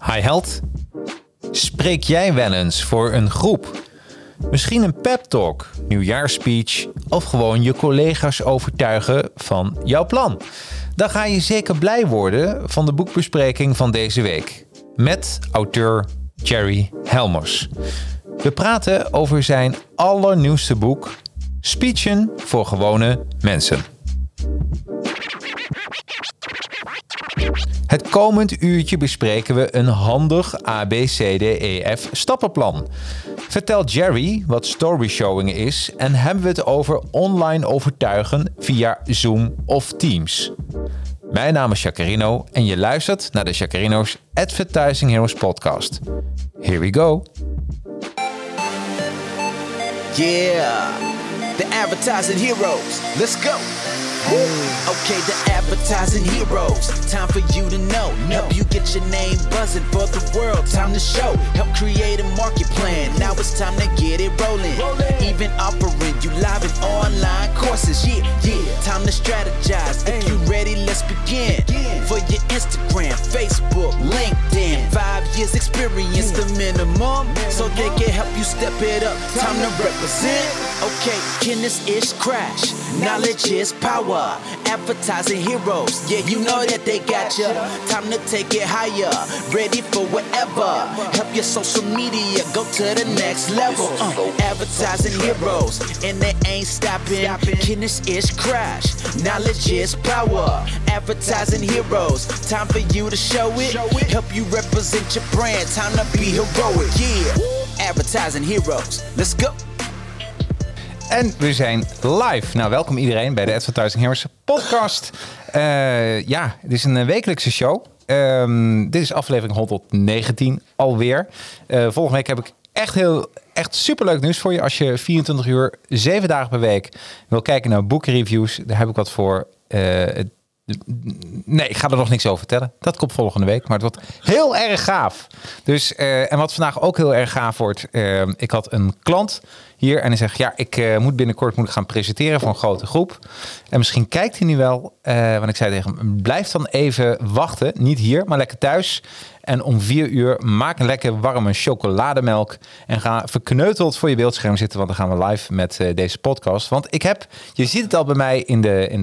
Hi held. Spreek jij wel eens voor een groep? Misschien een pep talk, nieuwjaarspeech of gewoon je collega's overtuigen van jouw plan. Dan ga je zeker blij worden van de boekbespreking van deze week. Met auteur Jerry Helmers. We praten over zijn allernieuwste boek Speechen voor gewone mensen. Het komend uurtje bespreken we een handig ABCDEF stappenplan. Vertelt Jerry wat storyshowing is en hebben we het over online overtuigen via Zoom of Teams. Mijn naam is Jacarino en je luistert naar de Jacarino's Advertising Heroes podcast. Here we go. Yeah, the advertising heroes. Let's go. Okay, the advertising heroes. Time for you to know. Help you get your name buzzing for the world. Time to show. Help create a market plan. Now it's time to get it rolling. Even offering you live and online courses. Yeah. Time to strategize. If you ready, let's begin. For your Instagram, Facebook, LinkedIn. 5 years experience, the minimum. So they can help you step it up. Time to represent. Okay, Guinness is crash. Knowledge is power. Advertising heroes, yeah, you know that they got ya. Time to take it higher, ready for whatever. Help your social media go to the next level. Advertising heroes, and they ain't stopping. Guinness is crash, knowledge is power. Advertising heroes, time for you to show it. Help you represent your brand, time to be heroic, yeah. Advertising heroes, let's go. En we zijn live. Nou, welkom iedereen bij de Advertising Heroes podcast. Dit is een wekelijkse show. Dit is aflevering 119 alweer. Volgende week heb ik echt superleuk nieuws voor je. Als je 24 uur, 7 dagen per week wil kijken naar boekenreviews, daar heb ik wat voor. Nee, ik ga er nog niks over vertellen. Dat komt volgende week, maar het wordt heel erg gaaf. Dus, en wat vandaag ook heel erg gaaf wordt. Ik had een klant hier en hij zegt, ja, ik moet binnenkort gaan presenteren voor een grote groep. En misschien kijkt hij nu wel, want ik zei tegen hem, blijf dan even wachten. Niet hier, maar lekker thuis. En om 4 uur maak een lekker warme chocolademelk. En ga verkneuteld voor je beeldscherm zitten. Want dan gaan we live met deze podcast. Want je ziet het al bij mij in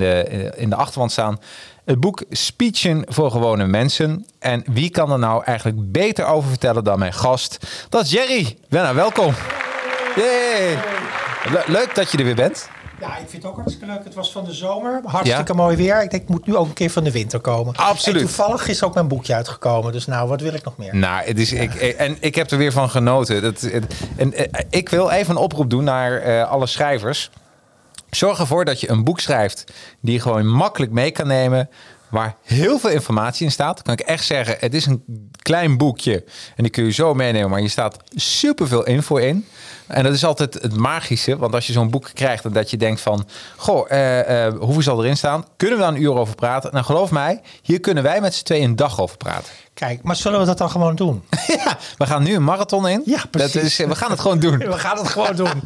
de achterwand staan. Het boek Speechen voor gewone mensen. En wie kan er nou eigenlijk beter over vertellen dan mijn gast? Dat is Jerry. Welkom. Yay. Leuk dat je er weer bent. Ja, ik vind het ook hartstikke leuk. Het was van de zomer. Hartstikke mooi weer. Ik denk, het moet nu ook een keer van de winter komen. Absoluut. En toevallig is ook mijn boekje uitgekomen. Dus nou, wat wil ik nog meer? Nou, ik heb er weer van genoten. Ik wil even een oproep doen naar alle schrijvers. Zorg ervoor dat je een boek schrijft die je gewoon makkelijk mee kan nemen, waar heel veel informatie in staat. Dan kan ik echt zeggen, het is een klein boekje en die kun je zo meenemen, maar je staat superveel info in. En dat is altijd het magische, want als je zo'n boek krijgt en dat je denkt van, hoeveel zal erin staan? Kunnen we daar een uur over praten? Nou, geloof mij, hier kunnen wij met z'n tweeën een dag over praten. Kijk, maar zullen we dat dan gewoon doen? Ja, we gaan nu een marathon in. Ja, precies. We gaan het gewoon doen. We gaan het gewoon doen.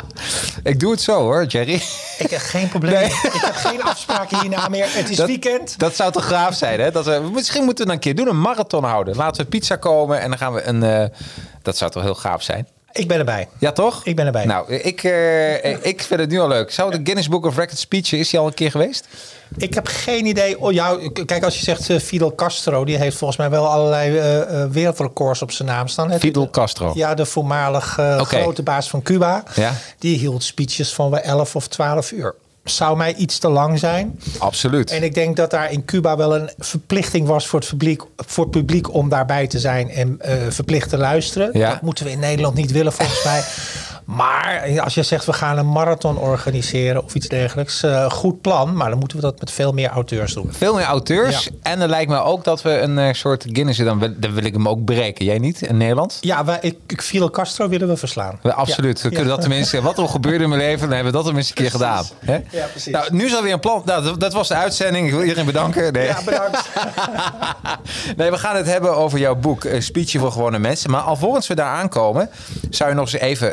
Ik doe het zo hoor, Jerry. Ik heb geen probleem. Nee. Ik heb geen afspraken hierna meer. Het is weekend. Dat zou toch gaaf zijn, hè? Misschien moeten we dan een keer doen, een marathon houden. Laten we pizza komen en dan gaan we dat zou toch heel gaaf zijn? Ik ben erbij. Ja, toch? Ik ben erbij. Nou, ik vind het nu al leuk. Zou de Guinness Book of Records speech, is die al een keer geweest? Ik heb geen idee. Kijk, als je zegt Fidel Castro, die heeft volgens mij wel allerlei wereldrecords op zijn naam staan. Fidel Castro? Ja, de voormalig grote baas van Cuba. Ja? Die hield speeches van 11 of 12 uur. Zou mij iets te lang zijn. Absoluut. En ik denk dat daar in Cuba wel een verplichting was voor het publiek om daarbij te zijn en verplicht te luisteren. Ja. Dat moeten we in Nederland niet willen volgens mij. Maar als je zegt we gaan een marathon organiseren of iets dergelijks, goed plan. Maar dan moeten we dat met veel meer auteurs doen. Veel meer auteurs. Ja. En dan lijkt me ook dat we een soort Guinness, dan wil ik hem ook breken. Jij niet in Nederland? Ja, Fidel Castro willen we verslaan. Absoluut. We kunnen dat tenminste, wat er gebeurde in mijn leven, dan hebben we dat tenminste een keer gedaan. Hè? Ja, precies. Nou, nu is alweer een plan. Nou, dat was de uitzending. Ik wil iedereen bedanken. Nee. Ja, bedankt. Nee, we gaan het hebben over jouw boek Speechen voor gewone mensen. Maar alvorens we daar aankomen, zou je nog eens even voor de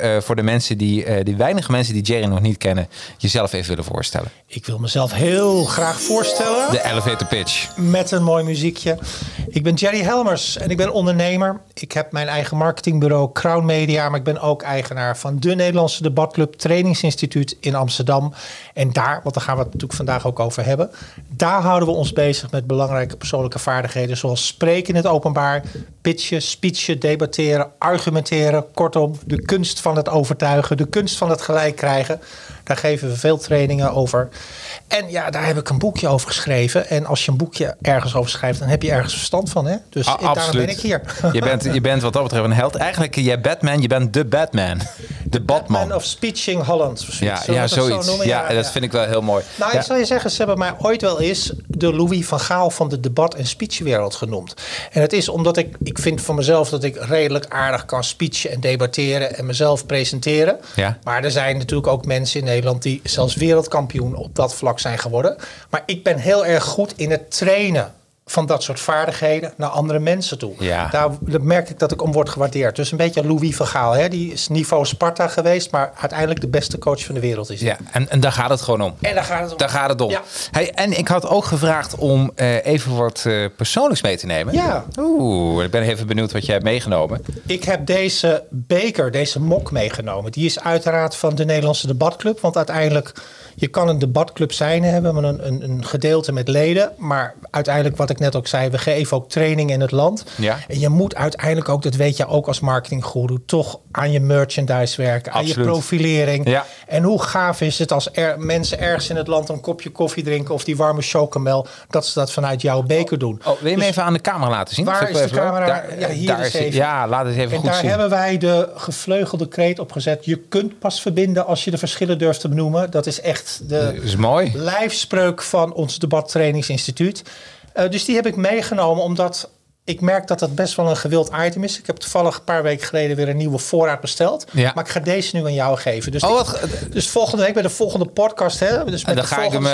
de mensen die weinige mensen die Jerry nog niet kennen, jezelf even willen voorstellen. Ik wil mezelf heel graag voorstellen. De elevator pitch. Met een mooi muziekje. Ik ben Jerry Helmers en ik ben ondernemer. Ik heb mijn eigen marketingbureau Crown Media, maar ik ben ook eigenaar van de Nederlandse Debatclub Trainingsinstituut in Amsterdam. En daar, want daar gaan we het natuurlijk vandaag ook over hebben, daar houden we ons bezig met belangrijke persoonlijke vaardigheden zoals spreken in het openbaar, pitchen, speechen, debatteren, argumenteren. Kortom, de kunst van het overtuigen, de kunst van het gelijk krijgen. Daar geven we veel trainingen over. En ja, daar heb ik een boekje over geschreven. En als je een boekje ergens over schrijft, dan heb je ergens verstand van. Hè? Dus daarom ben ik hier. Je bent wat dat betreft een held. Eigenlijk, jij Batman, je bent de Batman. De Batman of Speeching Holland. Ja, zoiets. Dat vind ik wel heel mooi. Nou, ik zal je zeggen, ze hebben mij ooit wel eens de Louis van Gaal van de debat- en speechwereld genoemd. En het is omdat ik vind van mezelf dat ik redelijk aardig kan speechen en debatteren en mezelf presenteren. Ja. Maar er zijn natuurlijk ook mensen in Nederland die zelfs wereldkampioen op dat vlak zijn geworden. Maar ik ben heel erg goed in het trainen van dat soort vaardigheden naar andere mensen toe. Ja. Daar merk ik dat ik om word gewaardeerd. Dus een beetje Louis van Gaal. Hè? Die is niveau Sparta geweest, maar uiteindelijk de beste coach van de wereld is. Ja, en daar gaat het gewoon om. En daar gaat het om. Ja. Hey, en ik had ook gevraagd om even wat persoonlijks mee te nemen. Ja. Ik ben even benieuwd wat jij hebt meegenomen. Ik heb deze beker, deze mok meegenomen. Die is uiteraard van de Nederlandse Debatclub. Want uiteindelijk, je kan een debatclub zijn, hebben we een gedeelte met leden. Maar uiteindelijk, wat ik net ook zei, we geven ook training in het land. Ja. En je moet uiteindelijk ook, dat weet je ook als marketinggoeroe, toch aan je merchandise werken, Absoluut. Aan je profilering. Ja. En hoe gaaf is het als mensen ergens in het land een kopje koffie drinken of die warme chocomel, dat ze dat vanuit jouw beker doen. Wil je me even aan de camera laten zien? Waar is de camera? Hier is even. Ja, laat het even goed zien. En daar hebben wij de gevleugelde kreet op gezet. Je kunt pas verbinden als je de verschillen durft te benoemen. Dat is echt de lijfspreuk van ons debattrainingsinstituut. Dus die heb ik meegenomen omdat ik merk dat dat best wel een gewild item is. Ik heb toevallig een paar weken geleden weer een nieuwe voorraad besteld. Ja. Maar ik ga deze nu aan jou geven. Dus, dus volgende week bij de volgende podcast. Hè, dus met dan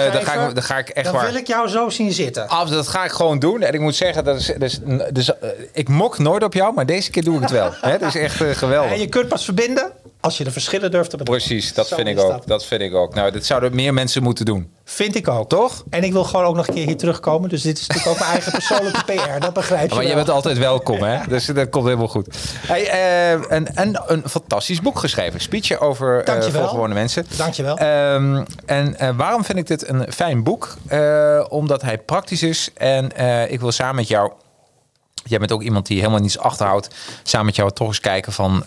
ga ik echt dan wil ik jou zo zien zitten. Dat ga ik gewoon doen. En ik moet zeggen, dus ik mok nooit op jou. Maar deze keer doe ik het wel. Dat is echt geweldig. En je kunt pas verbinden als je de verschillen durft te benoemen. Precies, dat vind ik ook. Nou, dit zouden meer mensen moeten doen. Vind ik ook. Toch? En ik wil gewoon ook nog een keer hier terugkomen. Dus dit is natuurlijk ook mijn eigen persoonlijke PR. Dat begrijp je Maar wel. Je bent altijd welkom, hè? Dus dat komt helemaal goed. Hey, en een fantastisch boek geschreven. Speechen over gewone mensen. Dankjewel. En waarom vind ik dit een fijn boek? Omdat hij praktisch is. En ik wil samen met jou... Jij bent ook iemand die helemaal niets achterhoudt. Samen met jou toch eens kijken van...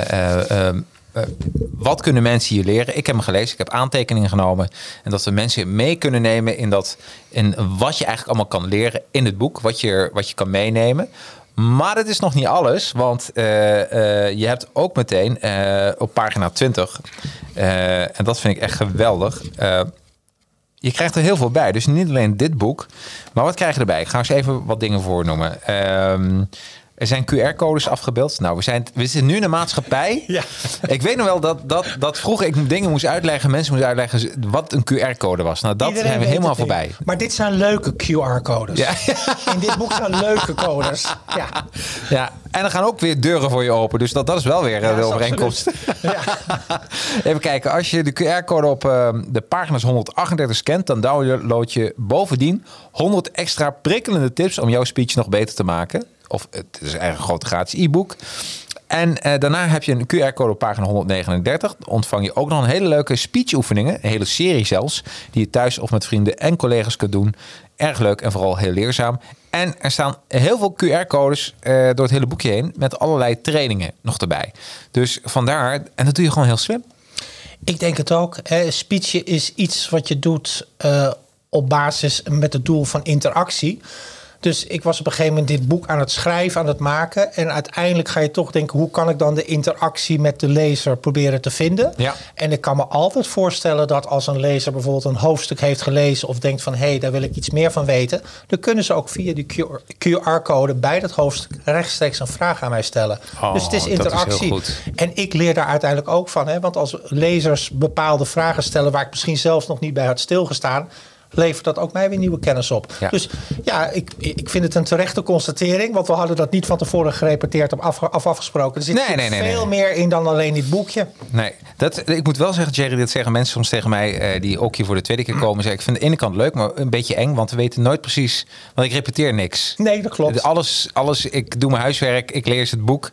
wat kunnen mensen hier leren? Ik heb hem gelezen, ik heb aantekeningen genomen. En dat we mensen mee kunnen nemen in wat je eigenlijk allemaal kan leren in het boek. Wat je kan meenemen. Maar dat is nog niet alles. Want je hebt ook meteen op pagina 20... en dat vind ik echt geweldig... je krijgt er heel veel bij. Dus niet alleen dit boek. Maar wat krijg je erbij? Ik ga eens even wat dingen voornoemen. Er zijn QR-codes afgebeeld. Nou, we zitten nu in een maatschappij. Ja. Ik weet nog wel dat vroeger ik dingen moest uitleggen. Mensen moesten uitleggen wat een QR-code was. Nou, dat zijn we helemaal voorbij. Maar dit zijn leuke QR-codes. Ja. In dit boek zijn leuke codes. Ja. En er gaan ook weer deuren voor je open. Dus dat is wel weer de overeenkomst. Ja. Even kijken. Als je de QR-code op de pagina's 138 scant... dan download je bovendien 100 extra prikkelende tips... om jouw speech nog beter te maken. Of het is eigenlijk een grote gratis e-book. En daarna heb je een QR-code op pagina 139. Dan ontvang je ook nog een hele leuke speech-oefeningen. Een hele serie zelfs. Die je thuis of met vrienden en collega's kunt doen. Erg leuk en vooral heel leerzaam. En er staan heel veel QR-codes door het hele boekje heen. Met allerlei trainingen nog erbij. Dus vandaar, en dat doe je gewoon heel slim. Ik denk het ook. Speechen is iets wat je doet op basis met het doel van interactie. Dus ik was op een gegeven moment dit boek aan het schrijven, aan het maken. En uiteindelijk ga je toch denken, hoe kan ik dan de interactie met de lezer proberen te vinden? Ja. En ik kan me altijd voorstellen dat als een lezer bijvoorbeeld een hoofdstuk heeft gelezen of denkt van, hé, daar wil ik iets meer van weten. Dan kunnen ze ook via die QR-code bij dat hoofdstuk rechtstreeks een vraag aan mij stellen. Dus het is interactie. Dat is heel goed. En ik leer daar uiteindelijk ook van. Want als lezers bepaalde vragen stellen waar ik misschien zelfs nog niet bij had stilgestaan, levert dat ook mij weer nieuwe kennis op. Ja. Dus ja, ik vind het een terechte constatering. Want we hadden dat niet van tevoren gerepeteerd of afgesproken. Er zit veel meer in dan alleen dit boekje. Nee, ik moet wel zeggen, Jerry, dit zeggen mensen soms tegen mij... die ook hier voor de tweede keer komen. Zeggen, ik vind de ene kant leuk, maar een beetje eng. Want we weten nooit precies... Want ik repeteer niks. Nee, dat klopt. Alles, ik doe mijn huiswerk. Ik lees het boek.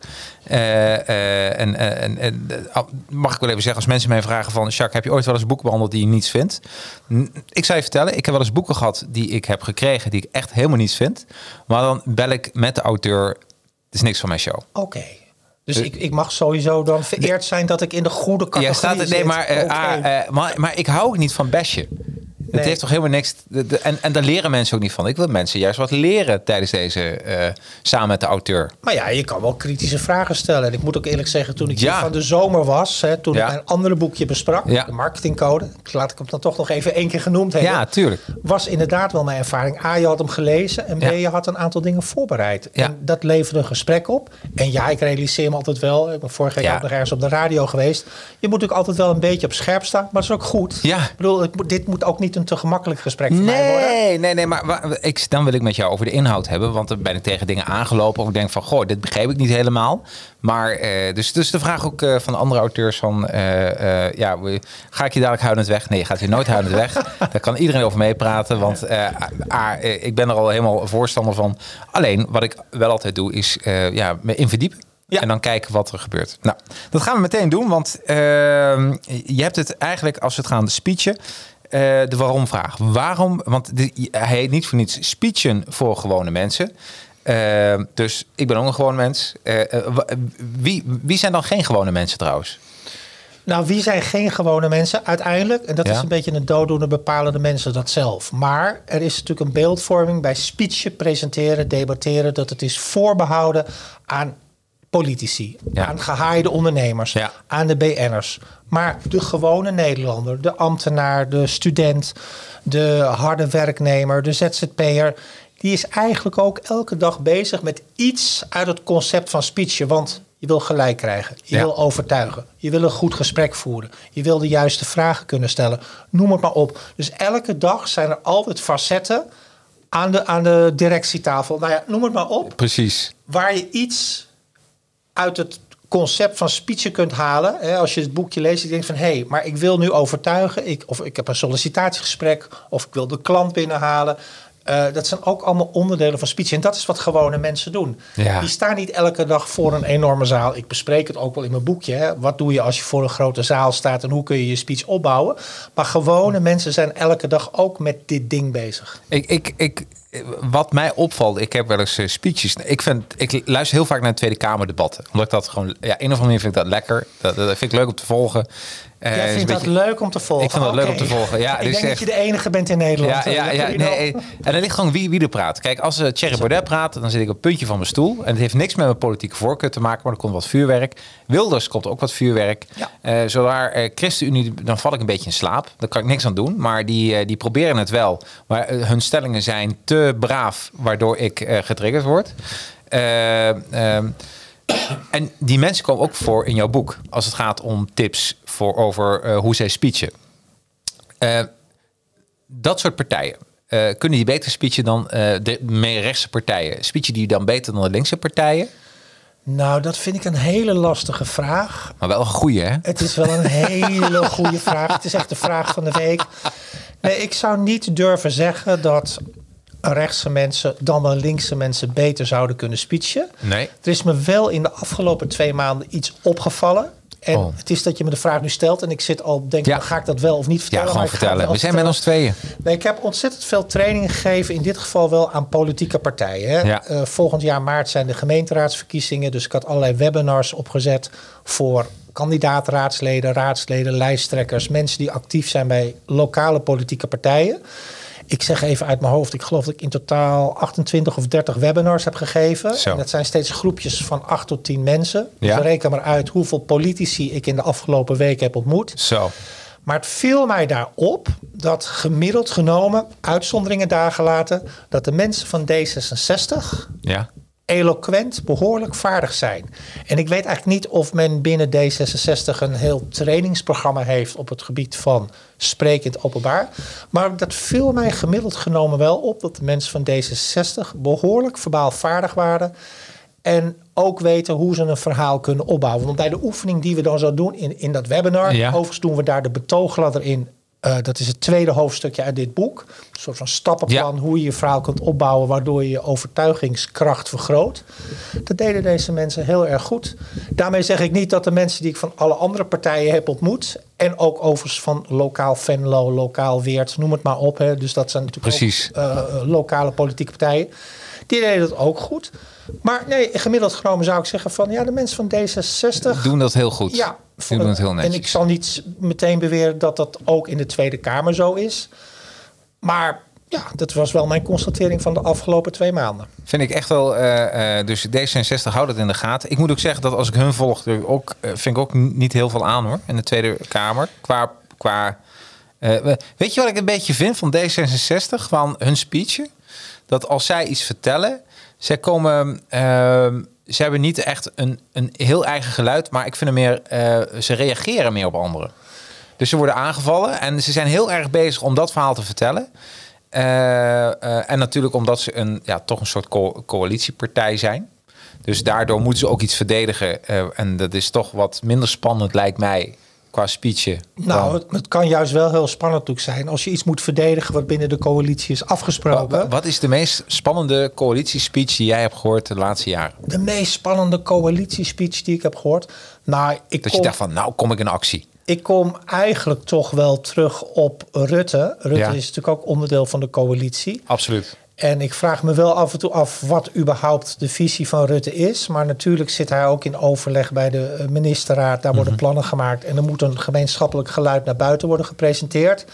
Mag ik wel even zeggen, als mensen mij vragen van... Jacques, heb je ooit wel eens boeken behandeld die je niets vindt? Ik zou je vertellen, ik heb wel eens boeken gehad die ik heb gekregen... die ik echt helemaal niets vind. Maar dan bel ik met de auteur... Het is niks van mijn show. Oké. Dus ik mag sowieso dan vereerd zijn dat ik in de goede categorie zit. Maar ik hou ook niet van bashen. Het heeft toch helemaal niks... En daar leren mensen ook niet van. Ik wil mensen juist wat leren tijdens deze... samen met de auteur. Maar ja, je kan wel kritische vragen stellen. En ik moet ook eerlijk zeggen, toen ik hier van de zomer was... toen ik mijn andere boekje besprak... de marketingcode... laat ik hem dan toch nog even 1 keer genoemd hebben... Ja, tuurlijk. Was inderdaad wel mijn ervaring. A, je had hem gelezen... en B, je had een aantal dingen voorbereid. Ja. En dat leverde een gesprek op. En ja, ik realiseer me altijd wel... ik ben vorige week ook nog ergens op de radio geweest... je moet ook altijd wel een beetje op scherp staan... maar dat is ook goed. Ja. Ik bedoel, dit moet ook niet een te gemakkelijk gesprek voor mij worden. Nee, maar dan wil ik met jou over de inhoud hebben, want dan ben ik tegen dingen aangelopen of ik denk van, goh, dit begreep ik niet helemaal. Maar dus de vraag ook van andere auteurs van, ga ik je dadelijk huilend weg? Nee, je gaat hier nooit huilend weg. Daar kan iedereen over meepraten, want ik ben er al helemaal voorstander van. Alleen, wat ik wel altijd doe, is me in verdiepen. Ja. En dan kijken wat er gebeurt. Nou, dat gaan we meteen doen, want je hebt het eigenlijk, als we het gaan speechen, de waarom-vraag. Waarom? Want hij heet niet voor niets speechen voor gewone mensen. Dus ik ben ook een gewoon mens. Wie zijn dan geen gewone mensen trouwens? Nou, wie zijn geen gewone mensen uiteindelijk? En dat is een beetje een dooddoener, bepalen de mensen dat zelf. Maar er is natuurlijk een beeldvorming bij speechen, presenteren, debatteren... dat het is voorbehouden aan politici, aan gehaaide ondernemers, aan de BN'ers. Maar de gewone Nederlander, de ambtenaar, de student, de harde werknemer, de ZZP'er... die is eigenlijk ook elke dag bezig met iets uit het concept van speechen. Want je wil gelijk krijgen, je wil overtuigen, je wil een goed gesprek voeren... je wil de juiste vragen kunnen stellen, noem het maar op. Dus elke dag zijn er altijd facetten aan de directietafel. Nou ja, noem het maar op. Precies. Waar je iets uit het concept van speechen kunt halen. Hè, als je het boekje leest, je denkt van... hé, maar ik wil nu overtuigen. Of ik heb een sollicitatiegesprek. Of ik wil de klant binnenhalen. Dat zijn ook allemaal onderdelen van speech. En dat is wat gewone mensen doen. Ja. Die staan niet elke dag voor een enorme zaal. Ik bespreek het ook wel in mijn boekje. Hè. Wat doe je als je voor een grote zaal staat... en hoe kun je je speech opbouwen? Maar gewone mensen zijn elke dag ook met dit ding bezig. Wat mij opvalt, ik heb wel eens speeches. Ik luister heel vaak naar Tweede Kamerdebatten. Omdat ik dat gewoon... een of andere manier vind ik dat lekker. Dat vind ik leuk om te volgen. Jij vindt dat leuk om te volgen? Ik vind dat leuk om te volgen. Ja, ik denk dat je de enige bent in Nederland. Nee. En er ligt gewoon wie er praat. Kijk, als Thierry Baudet praat, dan zit ik op het puntje van mijn stoel. En het heeft niks met mijn politieke voorkeur te maken, maar er komt wat vuurwerk. Wilders komt ook wat vuurwerk. Ja. Zodra ChristenUnie, dan val ik een beetje in slaap. Daar kan ik niks aan doen. Maar die proberen het wel. Maar hun stellingen zijn te braaf, waardoor ik getriggerd word. En die mensen komen ook voor in jouw boek. Als het gaat om tips over hoe zij speechen. Dat soort partijen. Kunnen die beter speechen dan de meer rechtse partijen? Speechen die dan beter dan de linkse partijen? Nou, dat vind ik een hele lastige vraag. Maar wel een goeie, hè? Het is wel een hele goede vraag. Het is echt de vraag van de week. Nee, ik zou niet durven zeggen dat rechtse mensen dan wel linkse mensen beter zouden kunnen speechen. Nee. Er is me wel in de afgelopen 2 maanden iets opgevallen. En het is dat je me de vraag nu stelt. En ik zit al denken, ga ik dat wel of niet vertellen? Ja, gewoon vertellen. We zijn met ons tweeën. Nee, ik heb ontzettend veel training gegeven. In dit geval wel aan politieke partijen. Hè. Ja. Volgend jaar maart zijn de gemeenteraadsverkiezingen. Dus ik had allerlei webinars opgezet voor raadsleden, lijsttrekkers. Mensen die actief zijn bij lokale politieke partijen. Ik zeg even uit mijn hoofd, ik geloof dat ik in totaal 28 of 30 webinars heb gegeven. En dat zijn steeds groepjes van 8 tot 10 mensen. Dus reken maar uit hoeveel politici ik in de afgelopen weken heb ontmoet. Zo. Maar het viel mij daarop dat gemiddeld genomen, uitzonderingen daar gelaten, dat de mensen van D66 eloquent, behoorlijk vaardig zijn. En ik weet eigenlijk niet of men binnen D66 een heel trainingsprogramma heeft op het gebied van spreken in het openbaar. Maar dat viel mij gemiddeld genomen wel op dat de mensen van D66 behoorlijk verbaal vaardig waren. En ook weten hoe ze een verhaal kunnen opbouwen. Want bij de oefening die we dan zo doen in dat webinar, overigens doen we daar de betoogladder in. Dat is het tweede hoofdstukje uit dit boek. Een soort van stappenplan hoe je je verhaal kunt opbouwen, waardoor je je overtuigingskracht vergroot. Dat deden deze mensen heel erg goed. Daarmee zeg ik niet dat de mensen die ik van alle andere partijen heb ontmoet, en ook overigens van lokaal Venlo, lokaal Weert, noem het maar op. Hè. Dus dat zijn natuurlijk ook lokale politieke partijen. Die deden het ook goed. Maar nee, gemiddeld genomen zou ik zeggen van de mensen van D66 doen dat heel goed. Ja, doen het heel netjes. En ik zal niet meteen beweren dat dat ook in de Tweede Kamer zo is. Maar ja, dat was wel mijn constatering van de afgelopen 2 maanden. Vind ik echt wel. Dus D66 houdt het in de gaten. Ik moet ook zeggen dat als ik hun volg, vind ik ook niet heel veel aan hoor. In de Tweede Kamer. Weet je wat ik een beetje vind van D66? Van hun speechen? Dat als zij iets vertellen, zij komen. Ze hebben niet echt een heel eigen geluid, maar ik vind het meer. Ze reageren meer op anderen. Dus ze worden aangevallen en ze zijn heel erg bezig om dat verhaal te vertellen. En natuurlijk omdat ze toch een soort coalitiepartij zijn. Dus daardoor moeten ze ook iets verdedigen. En dat is toch wat minder spannend, lijkt mij, qua speechen. Nou, het kan juist wel heel spannend ook zijn als je iets moet verdedigen wat binnen de coalitie is afgesproken. Wat is de meest spannende coalitiespeech die jij hebt gehoord de laatste jaren? De meest spannende coalitiespeech die ik heb gehoord? Nou, je dacht van, nou kom ik in actie. Ik kom eigenlijk toch wel terug op Rutte. Rutte is natuurlijk ook onderdeel van de coalitie. Absoluut. En ik vraag me wel af en toe af wat überhaupt de visie van Rutte is. Maar natuurlijk zit hij ook in overleg bij de ministerraad. Daar worden plannen gemaakt. En er moet een gemeenschappelijk geluid naar buiten worden gepresenteerd.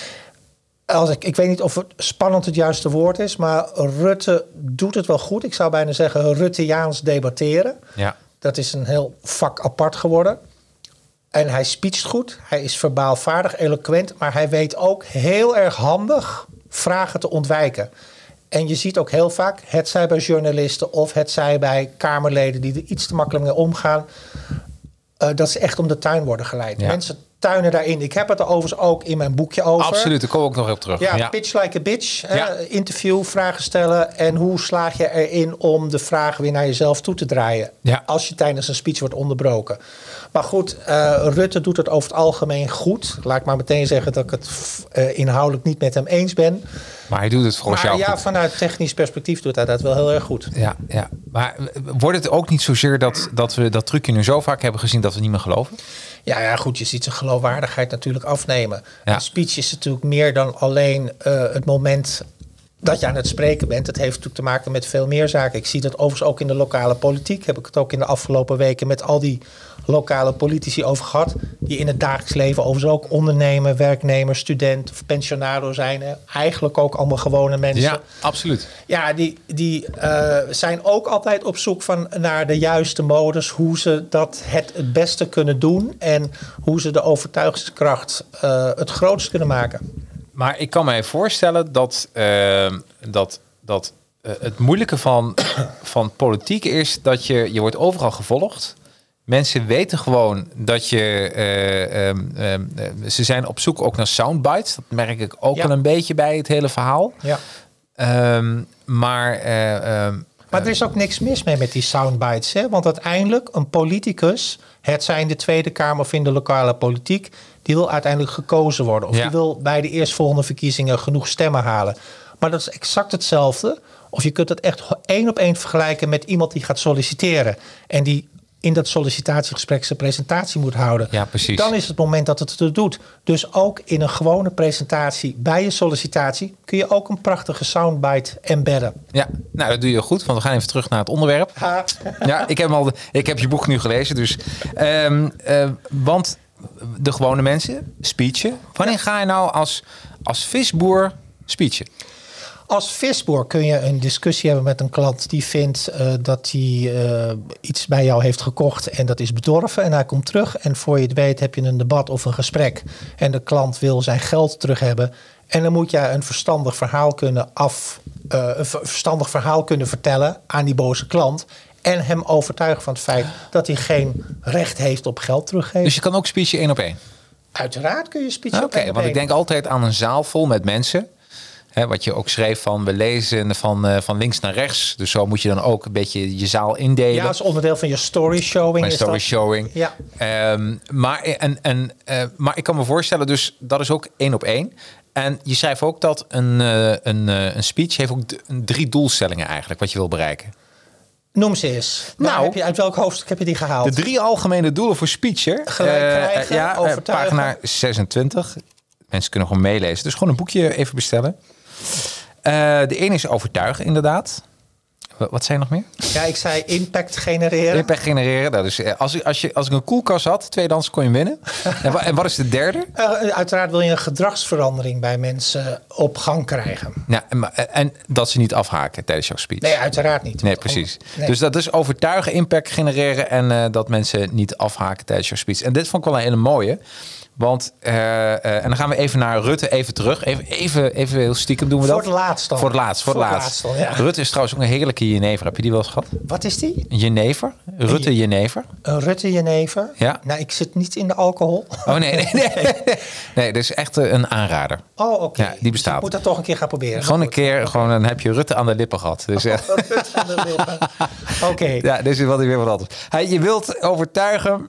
Ik weet niet of het spannend het juiste woord is. Maar Rutte doet het wel goed. Ik zou bijna zeggen Rutteaans debatteren. Ja. Dat is een heel vak apart geworden. En hij speecht goed. Hij is verbaal vaardig, eloquent. Maar hij weet ook heel erg handig vragen te ontwijken. En je ziet ook heel vaak, hetzij bij journalisten of hetzij bij Kamerleden die er iets te makkelijk mee omgaan, dat ze echt om de tuin worden geleid. Ja. Mensen tuinen daarin. Ik heb het er overigens ook in mijn boekje over. Absoluut, daar kom ik ook nog op terug. Ja, pitch like a bitch. Interview, vragen stellen. En hoe slaag je erin om de vraag weer naar jezelf toe te draaien? Ja. Als je tijdens een speech wordt onderbroken. Maar goed, Rutte doet het over het algemeen goed. Laat ik maar meteen zeggen dat ik het inhoudelijk niet met hem eens ben. Maar hij doet het volgens jou goed. Vanuit technisch perspectief doet hij dat wel heel erg goed. Ja. Maar wordt het ook niet zozeer dat we dat trucje nu zo vaak hebben gezien dat we niet meer geloven? Ja, goed, je ziet zijn geloofwaardigheid natuurlijk afnemen. Ja. Een speech is natuurlijk meer dan alleen het moment dat je aan het spreken bent. Het heeft natuurlijk te maken met veel meer zaken. Ik zie dat overigens ook in de lokale politiek. Heb ik het ook in de afgelopen weken met al die lokale politici over gehad. Die in het dagelijks leven overigens ook ondernemer, werknemer, student of pensionado zijn. Hè. Eigenlijk ook allemaal gewone mensen. Ja, absoluut. Ja, die zijn ook altijd op zoek naar de juiste modus. Hoe ze dat het beste kunnen doen. En hoe ze de overtuigingskracht het grootst kunnen maken. Maar ik kan mij voorstellen dat het moeilijke van politiek is dat je wordt overal gevolgd. Mensen weten gewoon dat ze zijn op zoek ook naar soundbites. Dat merk ik ook wel een beetje bij het hele verhaal. Ja. Maar er is ook niks mis mee met die soundbites. Hè? Want uiteindelijk een politicus, hetzij in de Tweede Kamer of in de lokale politiek, die wil uiteindelijk gekozen worden. Of die wil bij de eerstvolgende verkiezingen genoeg stemmen halen. Maar dat is exact hetzelfde. Of je kunt het echt 1 op 1 vergelijken met iemand die gaat solliciteren. En die in dat sollicitatiegesprek zijn presentatie moet houden. Ja, precies. Dan is het moment dat het het doet. Dus ook in een gewone presentatie bij je sollicitatie kun je ook een prachtige soundbite embedden. Ja, nou dat doe je goed, want we gaan even terug naar het onderwerp. Ja, ik heb je boek nu gelezen, dus want de gewone mensen, speechen. Wanneer ga je nou als visboer speechen? Als visboer kun je een discussie hebben met een klant die vindt dat hij iets bij jou heeft gekocht en dat is bedorven en hij komt terug en voor je het weet heb je een debat of een gesprek en de klant wil zijn geld terug hebben En dan moet jij een verstandig verhaal kunnen vertellen aan die boze klant. En hem overtuigen van het feit dat hij geen recht heeft op geld teruggeven. Dus je kan ook speechen 1 op 1? Uiteraard kun je speechen op 1 op 1. Want ik denk altijd aan een zaal vol met mensen. Wat je ook schreef van we lezen van links naar rechts. Dus zo moet je dan ook een beetje je zaal indelen. Ja, als onderdeel van je story showing. Mijn story showing. Ja. Maar ik kan me voorstellen, dus dat is ook 1 op 1. En je schrijft ook dat een speech heeft ook 3 doelstellingen eigenlijk, wat je wil bereiken. Noem ze eens. Uit welk hoofdstuk heb je die gehaald? De 3 algemene doelen voor speecher. Gelijk krijgen, overtuigen. Pagina 26. Mensen kunnen gewoon meelezen. Dus gewoon een boekje even bestellen. De ene is overtuigen, inderdaad. Wat zei je nog meer? Ja, ik zei impact genereren. Impact genereren. Dat is, als ik een koelkast had, tweedehands kon je winnen. En wat is de derde? Uiteraard wil je een gedragsverandering bij mensen op gang krijgen. Ja, en dat ze niet afhaken tijdens jouw speech. Nee, uiteraard niet. Nee, precies. Nee. Dus dat is overtuigen, impact genereren en dat mensen niet afhaken tijdens jouw speech. En dit vond ik wel een hele mooie. Want, en dan gaan we even naar Rutte, even terug. Even heel stiekem doen we dat. Voor het laatst dan. Voor het laatst. Ja. Rutte is trouwens ook een heerlijke jenever. Heb je die wel eens gehad? Wat is die? Jenever. Rutte jenever. Een Rutte jenever? Ja. Nou, ik zit niet in de alcohol. Oh, nee. Nee, dat is echt een aanrader. Oh, oké. Ja, die bestaat. Dus ik moet dat toch een keer gaan proberen. Gewoon een keer, dan heb je Rutte aan de lippen gehad. Dus, Rutte aan de lippen. Oké. Ja, dus is wat weer wat anders. Je wilt overtuigen...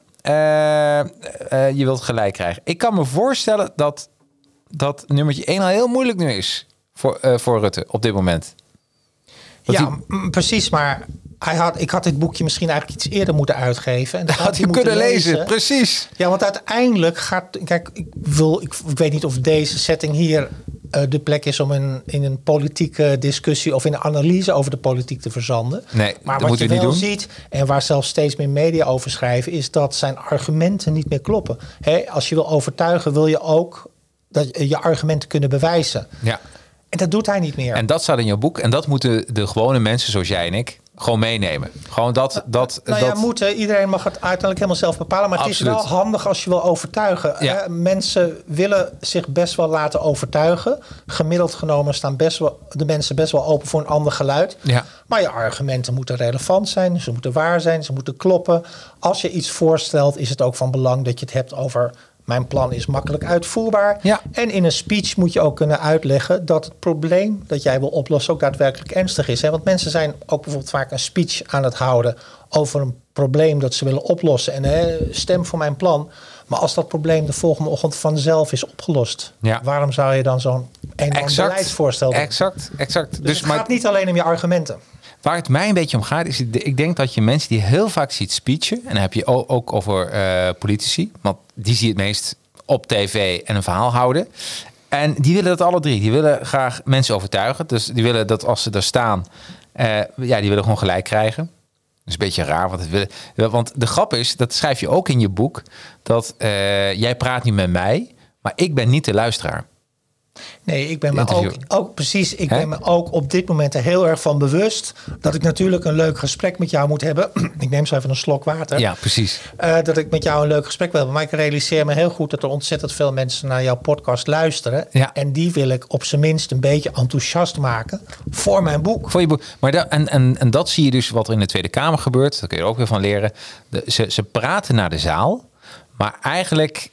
je wilt gelijk krijgen. Ik kan me voorstellen dat nummertje 1 al heel moeilijk nu is voor Rutte op dit moment. Precies, maar ik had dit boekje misschien eigenlijk iets eerder moeten uitgeven. En dat had hij kunnen lezen, precies. Ja, want uiteindelijk gaat... Kijk, ik weet niet of deze setting hier de plek is om in een politieke discussie of in een analyse over de politiek te verzanden. Nee, maar dat wat je wel niet doen. ziet, en waar zelfs steeds meer media over schrijven, is dat zijn argumenten niet meer kloppen. Als je wil overtuigen, wil je ook dat je argumenten kunnen bewijzen. Ja. En dat doet hij niet meer. En dat staat in jouw boek. En dat moeten de gewone mensen zoals jij en ik gewoon meenemen. Gewoon moeten. Iedereen mag het uiteindelijk helemaal zelf bepalen. Maar Absoluut. Het is wel handig als je wil overtuigen. Ja. Mensen willen zich best wel laten overtuigen. Gemiddeld genomen staan de mensen best wel open voor een ander geluid. Ja. Maar je argumenten moeten relevant zijn. Ze moeten waar zijn. Ze moeten kloppen. Als je iets voorstelt, is het ook van belang dat je het hebt over... Mijn plan is makkelijk uitvoerbaar. Ja. En in een speech moet je ook kunnen uitleggen dat het probleem dat jij wil oplossen ook daadwerkelijk ernstig is. Want mensen zijn ook bijvoorbeeld vaak een speech aan het houden over een probleem dat ze willen oplossen. En stem voor mijn plan. Maar als dat probleem de volgende ochtend vanzelf is opgelost, waarom zou je dan zo'n enorm beleidsvoorstel doen? Exact. Dus het gaat niet alleen om je argumenten. Waar het mij een beetje om gaat, is ik denk dat je mensen die heel vaak ziet speechen, en dan heb je ook over politici, want die zie je het meest op tv en een verhaal houden. En die willen dat alle 3. Die willen graag mensen overtuigen. Dus die willen dat als ze daar staan, die willen gewoon gelijk krijgen. Dat is een beetje raar. Want de grap is, dat schrijf je ook in je boek, dat jij praat niet met mij, maar ik ben niet de luisteraar. Nee, ik ben me ook precies. Ik ben me ook op dit moment er heel erg van bewust dat ik natuurlijk een leuk gesprek met jou moet hebben. Ik neem zo even een slok water. Ja, precies. Dat ik met jou een leuk gesprek wil hebben. Maar ik realiseer me heel goed dat er ontzettend veel mensen naar jouw podcast luisteren. Ja. En die wil ik op zijn minst een beetje enthousiast maken voor mijn boek. Voor je boek. Maar en dat zie je dus wat er in de Tweede Kamer gebeurt. Daar kun je er ook weer van leren. Ze praten naar de zaal. Maar eigenlijk,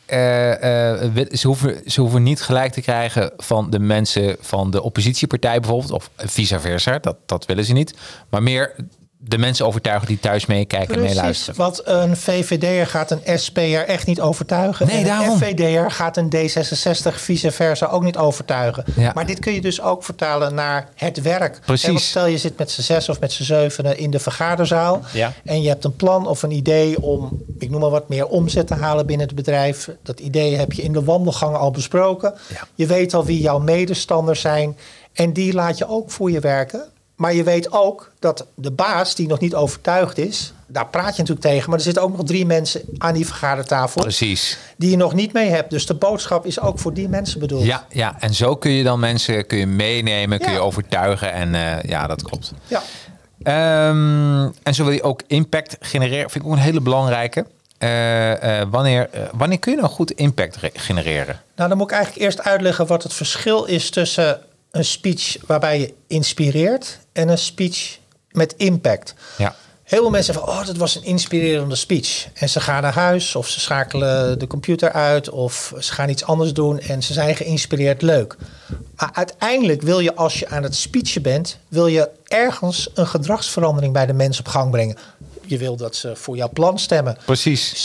ze hoeven niet gelijk te krijgen van de mensen van de oppositiepartij bijvoorbeeld. Of vice versa, dat willen ze niet. Maar meer de mensen overtuigen die thuis meekijken en meeluisteren. Want een VVD'er gaat een SP'er echt niet overtuigen. Nee, en een FVD'er gaat een D66 vice versa ook niet overtuigen. Ja. Maar dit kun je dus ook vertalen naar het werk. Precies. Want stel je zit met z'n 6 of met z'n 7 in de vergaderzaal. Ja. En je hebt een plan of een idee om, ik noem maar wat, meer omzet te halen binnen het bedrijf. Dat idee heb je in de wandelgang al besproken. Ja. Je weet al wie jouw medestanders zijn. En die laat je ook voor je werken. Maar je weet ook dat de baas die nog niet overtuigd is, daar praat je natuurlijk tegen. Maar er zitten ook nog 3 mensen aan die vergadertafel. Precies. Die je nog niet mee hebt. Dus de boodschap is ook voor die mensen bedoeld. Ja. En zo kun je dan mensen meenemen, kun je overtuigen. En dat klopt. Ja. En zo wil je ook impact genereren. Vind ik ook een hele belangrijke. wanneer kun je nou goed impact genereren? Nou, dan moet ik eigenlijk eerst uitleggen wat het verschil is tussen een speech waarbij je inspireert en een speech met impact. Ja. Heel veel mensen zeggen van, dat was een inspirerende speech. En ze gaan naar huis of ze schakelen de computer uit of ze gaan iets anders doen en ze zijn geïnspireerd, leuk. Maar uiteindelijk wil je, als je aan het speechen bent, wil je ergens een gedragsverandering bij de mensen op gang brengen. Je wil dat ze voor jouw plan stemmen. Precies.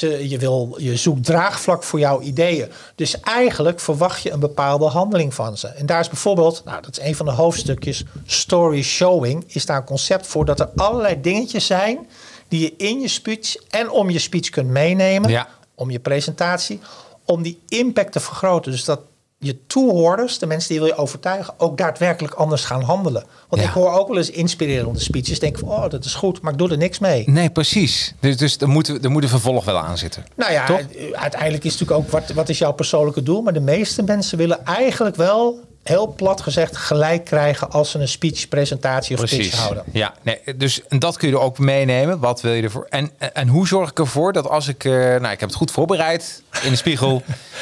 Je zoekt draagvlak voor jouw ideeën. Dus eigenlijk verwacht je een bepaalde handeling van ze. En daar is bijvoorbeeld, dat is een van de hoofdstukjes, story showing, is daar een concept voor dat er allerlei dingetjes zijn die je in je speech en om je speech kunt meenemen, om je presentatie, om die impact te vergroten. Dus dat je toehoorders, de mensen die wil je overtuigen, ook daadwerkelijk anders gaan handelen. Want ik hoor ook wel eens inspirerende speeches. Denk van, dat is goed, maar ik doe er niks mee. Nee, precies. Dus er moet een vervolg wel aan zitten. Nou ja, toch? Uiteindelijk is het natuurlijk ook, wat is jouw persoonlijke doel? Maar de meeste mensen willen eigenlijk wel, heel plat gezegd, gelijk krijgen als ze een speech, presentatie of pitch houden. Ja, dus dat kun je er ook meenemen. Wat wil je ervoor? En hoe zorg ik ervoor dat als ik heb het goed voorbereid in de spiegel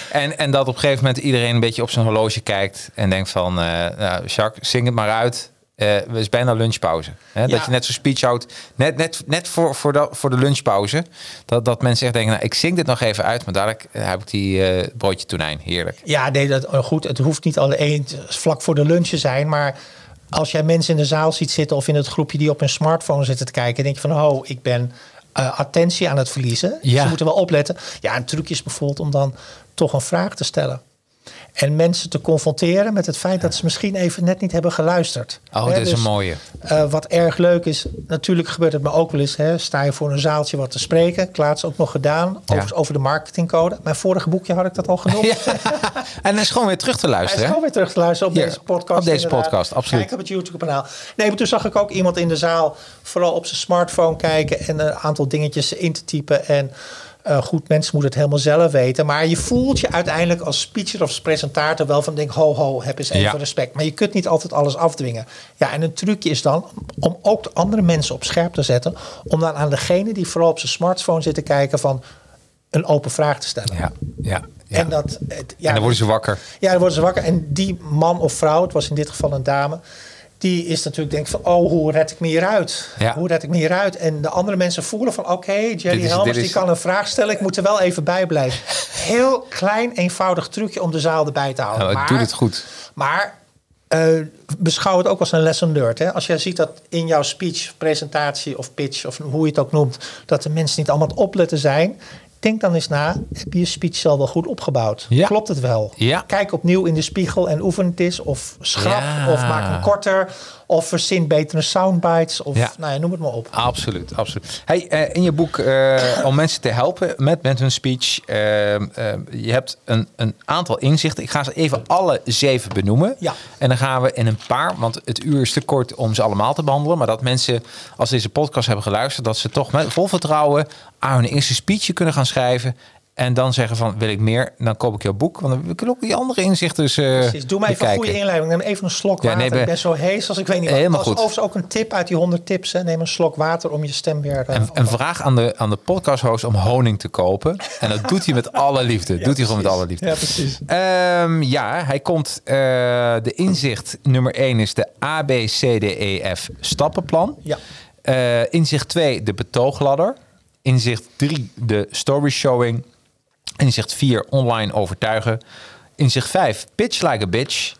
en dat op een gegeven moment iedereen een beetje op zijn horloge kijkt en denkt van, Jacques, zing het maar uit. Het is bijna lunchpauze. Hè? Dat je net zo'n speech houdt. Net voor de lunchpauze. Dat mensen echt denken, ik zing dit nog even uit. Maar dadelijk heb ik die broodje tonijn. Heerlijk. Ja, dat goed. Het hoeft niet alleen vlak voor de lunch te zijn. Maar als jij mensen in de zaal ziet zitten of in het groepje die op hun smartphone zitten te kijken. Denk je van, ik ben attentie aan het verliezen. Ja. Ze moeten wel opletten. Ja, een trucje is bijvoorbeeld om dan toch een vraag te stellen. En mensen te confronteren met het feit dat ze misschien even net niet hebben geluisterd. Dat is een mooie. Wat erg leuk is, natuurlijk gebeurt het me ook wel eens. Sta je voor een zaaltje wat te spreken. Ik laatst ook nog gedaan over de marketingcode. Mijn vorige boekje had ik dat al genoemd. Ja. En hij is gewoon weer terug te luisteren. Hij is gewoon weer terug te luisteren op deze podcast. Op deze podcast, absoluut. Kijk op het YouTube-kanaal. Nee, maar toen zag ik ook iemand in de zaal vooral op zijn smartphone kijken en een aantal dingetjes in te typen. En goed, mensen moeten het helemaal zelf weten. Maar je voelt je uiteindelijk als speaker of als presentator wel van denk, ho, heb eens even respect. Maar je kunt niet altijd alles afdwingen. Ja, en een trucje is dan om ook de andere mensen op scherp te zetten. Om dan aan degene die vooral op zijn smartphone zit te kijken van een open vraag te stellen. Ja. En dan worden ze wakker. Ja, dan worden ze wakker. En die man of vrouw, het was in dit geval een dame, die is natuurlijk denk van, hoe red ik me hieruit? Ja. Hoe red ik me hieruit? En de andere mensen voelen van, oké, Jerry Helmers die kan een vraag stellen. Ik moet er wel even bij blijven. Heel klein, eenvoudig trucje om de zaal erbij te houden. Ik doe het goed. Maar beschouw het ook als een lesson learned. Hè? Als jij ziet dat in jouw speech, presentatie of pitch, of hoe je het ook noemt, dat de mensen niet allemaal aan het opletten zijn. Denk dan eens na, heb je je speech al wel goed opgebouwd? Ja. Klopt het wel? Ja. Kijk opnieuw in de spiegel en oefen het eens. Of schrap, of maak hem korter. Of verzin betere soundbites. Of noem het maar op. Absoluut. Hey, in je boek om mensen te helpen met hun speech. Je hebt een aantal inzichten. Ik ga ze even alle 7 benoemen. Ja. En dan gaan we in een paar, want het uur is te kort om ze allemaal te behandelen. Maar dat mensen, als ze deze podcast hebben geluisterd, dat ze toch met vol vertrouwen aan hun eerste speechje kunnen gaan schrijven. En dan zeggen van, wil ik meer, dan koop ik jouw boek. Want we kunnen ook die andere inzichten precies, doe maar even een goede inleiding. Neem even een slok water. Ik ben zo hees als ik weet niet wat. Helemaal goed. Overigens ook een tip uit die 100 tips. Neem een slok water om je stem weer... En vraag aan de podcast-host om honing te kopen. En dat doet hij met alle liefde. Doet hij gewoon met alle liefde. Ja, precies. Hij komt... de inzicht nummer 1 is de ABCDEF stappenplan. Ja. Inzicht 2, de betoogladder. Inzicht 3, de story showing. Inzicht 4, online overtuigen. Inzicht 5, pitch like a bitch.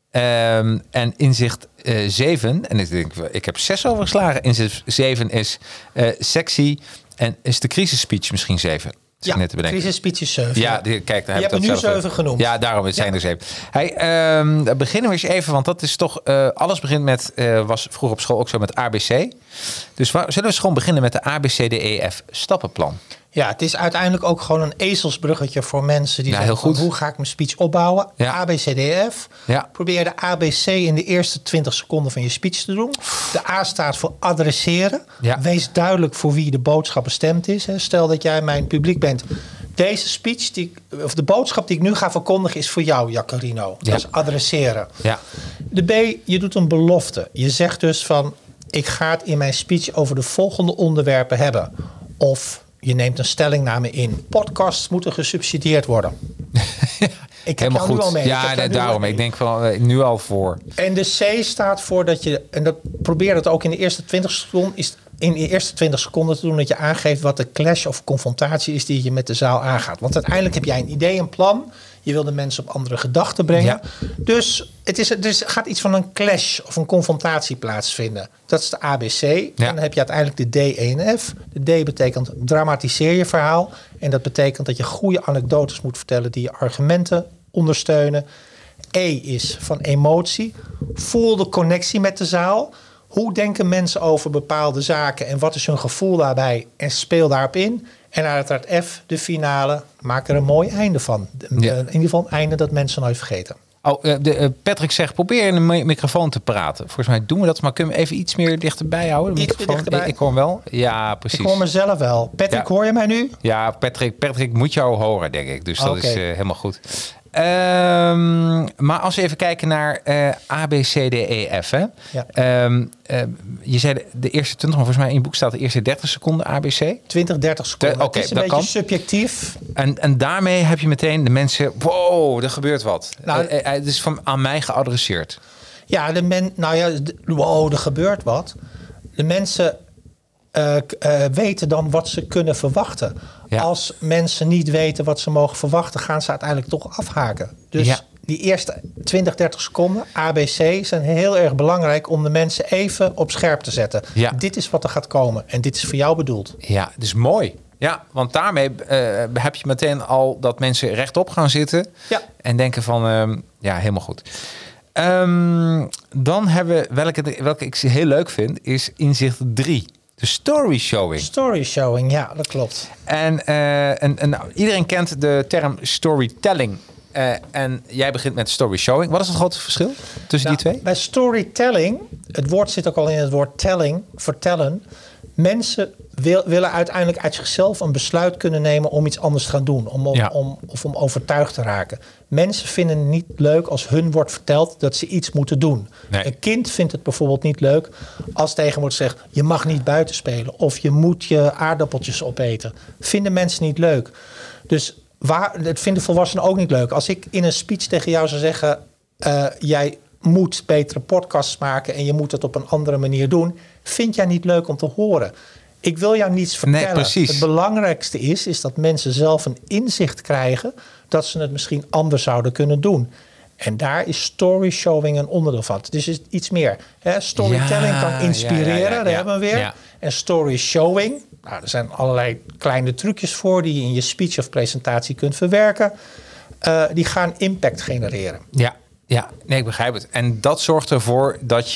En inzicht 7, en ik heb 6 overgeslagen. Inzicht 7 is sexy. En is de crisisspeech misschien 7? Ja, crisisspeech is 7. Ja, kijk, je hebt er nu 7 genoemd. Ja, daarom zijn er 7. Hey, beginnen we eens even, want dat is toch... alles begint met, was vroeger op school ook zo met ABC. Dus zullen we eens gewoon beginnen met de ABCDEF stappenplan? Ja, het is uiteindelijk ook gewoon een ezelsbruggetje voor mensen die zeggen van, hoe ga ik mijn speech opbouwen? Ja. ABCDF. Ja. Probeer de ABC in de eerste 20 seconden van je speech te doen. De A staat voor adresseren. Ja. Wees duidelijk voor wie de boodschap bestemd is. Stel dat jij mijn publiek bent. Deze speech, of de boodschap die ik nu ga verkondigen, is voor jou, Jacarino. Ja. Dat is adresseren. Ja. De B, je doet een belofte. Je zegt dus van, ik ga het in mijn speech over de volgende onderwerpen hebben. Of je neemt een stellingname in. Podcasts moeten gesubsidieerd worden. Ik heb helemaal jou goed. nu al mee. Ja, daarom. Ik denk wel nu al voor. En de C staat voor dat je, en dat probeer het ook in de eerste 20 seconden, in de eerste 20 seconden te doen, dat je aangeeft wat de clash of confrontatie is die je met de zaal aangaat. Want uiteindelijk heb jij een idee, een plan. Je wil de mensen op andere gedachten brengen. Ja. Dus het gaat iets van een clash of een confrontatie plaatsvinden. Dat is de ABC. Ja. En dan heb je uiteindelijk de D, E en F. De D betekent dramatiseer je verhaal. En dat betekent dat je goede anekdotes moet vertellen die je argumenten ondersteunen. E is van emotie. Voel de connectie met de zaal. Hoe denken mensen over bepaalde zaken en wat is hun gevoel daarbij? En speel daarop in. En uiteraard F, de finale, maak er een mooi einde van. Ja. In ieder geval een einde dat mensen nooit vergeten. Patrick zegt, probeer in de microfoon te praten. Volgens mij doen we dat, maar kunnen we even iets meer dichterbij houden? De Iets microfoon? dichterbij. Ik hoor hem wel. Ja, precies. Ik hoor mezelf wel. Patrick, hoor je mij nu? Ja, Patrick moet jou horen, denk ik. Dus dat is helemaal goed. Maar als we even kijken naar A, B, C, D, E, F. Hè? Ja. Je zei de eerste 20, maar volgens mij in je boek staat de eerste 30 seconden A, B, C. 20, 30 seconden. Oké, het is een dat beetje kan. subjectief. En daarmee heb je meteen de mensen... Wow, er gebeurt wat. Nou, het is aan mij geadresseerd. Ja, wow, er gebeurt wat. De mensen weten dan wat ze kunnen verwachten. Ja. Als mensen niet weten wat ze mogen verwachten, gaan ze uiteindelijk toch afhaken. Dus die eerste 20, 30 seconden, ABC, zijn heel erg belangrijk om de mensen even op scherp te zetten. Ja. Dit is wat er gaat komen en dit is voor jou bedoeld. Ja, dus mooi. Ja, want daarmee heb je meteen al dat mensen rechtop gaan zitten. Ja. En denken van, helemaal goed. Dan hebben we, welke ik heel leuk vind, is inzicht 3. De story showing. Story showing, ja, dat klopt. En nou, iedereen kent de term storytelling. En jij begint met story showing. Wat is het grote verschil tussen die twee? Bij storytelling, het woord zit ook al in het woord telling, vertellen. Mensen willen uiteindelijk uit zichzelf een besluit kunnen nemen om iets anders te gaan doen. Om overtuigd te raken. Mensen vinden het niet leuk als hun wordt verteld dat ze iets moeten doen. Nee. Een kind vindt het bijvoorbeeld niet leuk als tegen wordt gezegd, je mag niet buiten spelen. Of je moet je aardappeltjes opeten. Vinden mensen niet leuk. Dus het vinden volwassenen ook niet leuk. Als ik in een speech tegen jou zou zeggen, jij moet betere podcasts maken en je moet het op een andere manier doen, vind jij niet leuk om te horen. Ik wil jou niets vertellen. Nee, precies. Het belangrijkste is dat mensen zelf een inzicht krijgen dat ze het misschien anders zouden kunnen doen. En daar is story showing een onderdeel van. Het is iets meer. Storytelling kan inspireren, daar hebben we weer. Ja. En story showing, nou, er zijn allerlei kleine trucjes voor die je in je speech of presentatie kunt verwerken. Die gaan impact genereren. Ja, nee, ik begrijp het. En dat zorgt ervoor dat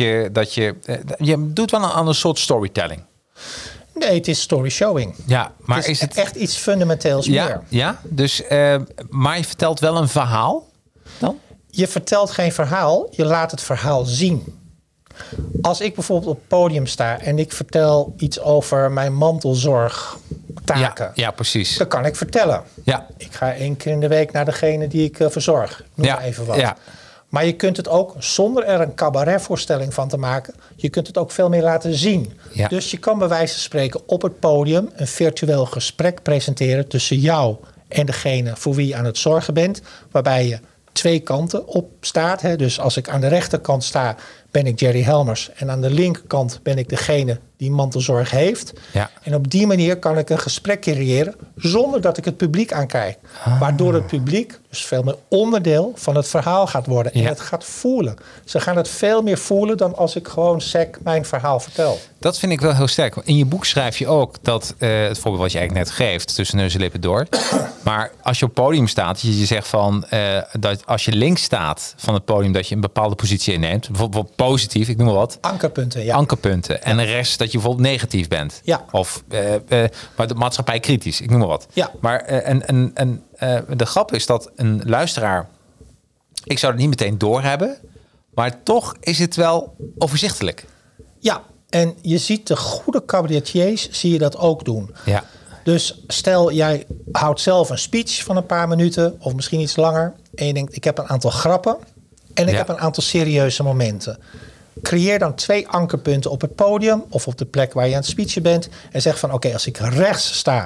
je doet wel een soort storytelling. Nee, het is story showing. Ja, maar het is het echt iets fundamenteels meer? Ja, dus, maar je vertelt wel een verhaal dan? Je vertelt geen verhaal, je laat het verhaal zien. Als ik bijvoorbeeld op het podium sta en ik vertel iets over mijn mantelzorgtaken. Ja, precies. Dat kan ik vertellen. Ja. Ik ga 1 keer in de week naar degene die ik verzorg. Noem maar even wat. Ja. Maar je kunt het ook, zonder er een cabaretvoorstelling van te maken, je kunt het ook veel meer laten zien. Ja. Dus je kan bij wijze van spreken op het podium een virtueel gesprek presenteren tussen jou en degene voor wie je aan het zorgen bent. Waarbij je 2 kanten op staat. Hè. Dus als ik aan de rechterkant sta, ben ik Jerry Helmers. En aan de linkerkant ben ik degene die mantelzorg heeft. Ja. En op die manier kan ik een gesprek creëren zonder dat ik het publiek aankijk. Waardoor het publiek dus veel meer onderdeel van het verhaal gaat worden. En het gaat voelen. Ze gaan het veel meer voelen dan als ik gewoon sec mijn verhaal vertel. Dat vind ik wel heel sterk. In je boek schrijf je ook dat, het voorbeeld wat je eigenlijk net geeft, tussen neus en lippen door. Maar als je op het podium staat, je zegt van, dat als je links staat van het podium, dat je een bepaalde positie inneemt. Bijvoorbeeld positief, ik noem maar wat. Ankerpunten, ja. Ankerpunten. En de rest dat je bijvoorbeeld negatief bent. Ja. Of maar de maatschappij kritisch, ik noem maar wat. Ja. Maar de grap is dat een luisteraar, ik zou het niet meteen doorhebben, maar toch is het wel overzichtelijk. Ja, en je ziet de goede cabaretiers, zie je dat ook doen. Ja. Dus stel, jij houdt zelf een speech van een paar minuten of misschien iets langer. En je denkt, ik heb een aantal grappen en ik heb een aantal serieuze momenten. Creëer dan 2 ankerpunten op het podium of op de plek waar je aan het speechen bent. En zeg van, oké, als ik rechts sta,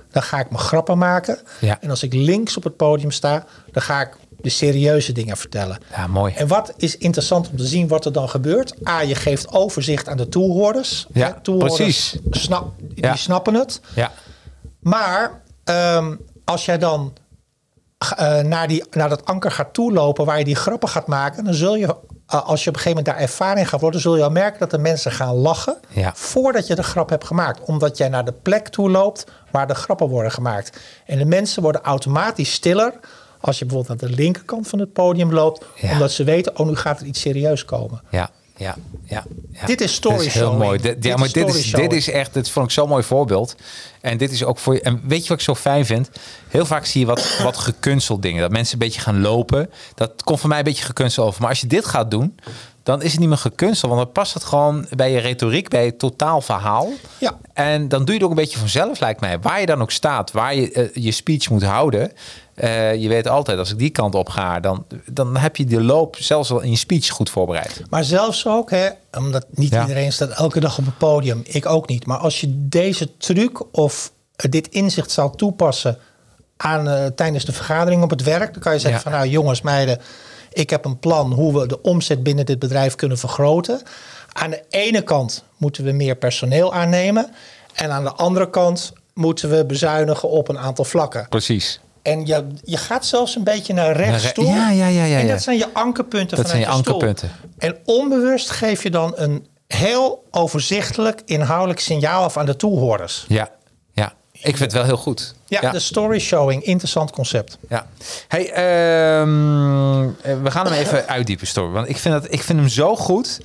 dan ga ik mijn grappen maken. Ja. En als ik links op het podium sta, dan ga ik de serieuze dingen vertellen. Ja, mooi. En wat is interessant om te zien wat er dan gebeurt? Je geeft overzicht aan de toehoorders. Ja, toehoorders precies. Die snappen het. Ja. Maar als jij dan naar dat anker gaat toelopen waar je die grappen gaat maken, dan zul je, als je op een gegeven moment daar ervaring gaat worden, zul je al merken dat de mensen gaan lachen voordat je de grap hebt gemaakt. Omdat jij naar de plek toe loopt waar de grappen worden gemaakt. En de mensen worden automatisch stiller als je bijvoorbeeld naar de linkerkant van het podium loopt, omdat ze weten, nu gaat er iets serieus komen. Ja. Dit is story showing. Heel mooi. Dit is echt, dit vond ik zo'n mooi voorbeeld. En dit is ook voor je. En weet je wat ik zo fijn vind? Heel vaak zie je wat gekunsteld dingen. Dat mensen een beetje gaan lopen. Dat komt voor mij een beetje gekunsteld over. Maar als je dit gaat doen, dan is het niet meer gekunsteld. Want dan past het gewoon bij je retoriek, bij je totaal verhaal. Ja. En dan doe je het ook een beetje vanzelf, lijkt mij. Waar je dan ook staat, waar je je speech moet houden. Je weet altijd, als ik die kant op ga, dan heb je de loop zelfs al in je speech goed voorbereid. Maar zelfs ook, omdat niet iedereen staat elke dag op het podium. Ik ook niet. Maar als je deze truc of dit inzicht zou toepassen tijdens de vergadering op het werk, dan kan je zeggen van, nou jongens, meiden, ik heb een plan hoe we de omzet binnen dit bedrijf kunnen vergroten. Aan de ene kant moeten we meer personeel aannemen. En aan de andere kant moeten we bezuinigen op een aantal vlakken. Precies. En je gaat zelfs een beetje naar rechts toe. Ja. En dat zijn je ankerpunten dat vanuit zijn je ankerpunten. En onbewust geef je dan een heel overzichtelijk inhoudelijk signaal af aan de toehoorders. Ja. Ik vind het wel heel goed. Ja, de story showing, interessant concept. Ja. Hey, we gaan hem even uitdiepen, story. Want ik vind hem zo goed.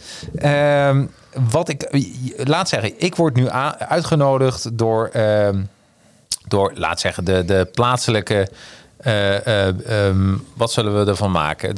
Laat zeggen, ik word nu uitgenodigd door laat zeggen, de plaatselijke. Wat zullen we ervan maken?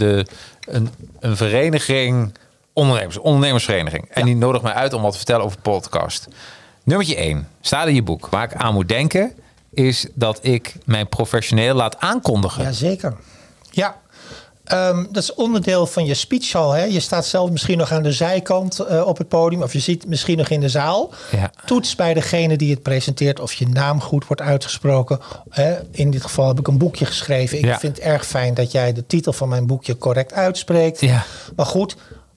Een vereniging, ondernemersvereniging. En die nodigt mij uit om wat te vertellen over podcast. Nummertje 1, staat in je boek. Waar ik aan moet denken, is dat ik mijn professioneel laat aankondigen. Jazeker. Ja. Dat is onderdeel van je speech al. Hè? Je staat zelf misschien nog aan de zijkant op het podium. Of je zit misschien nog in de zaal. Ja. Toets bij degene die het presenteert of je naam goed wordt uitgesproken. In dit geval heb ik een boekje geschreven. Ik vind het erg fijn dat jij de titel van mijn boekje correct uitspreekt. Ja. Maar goed,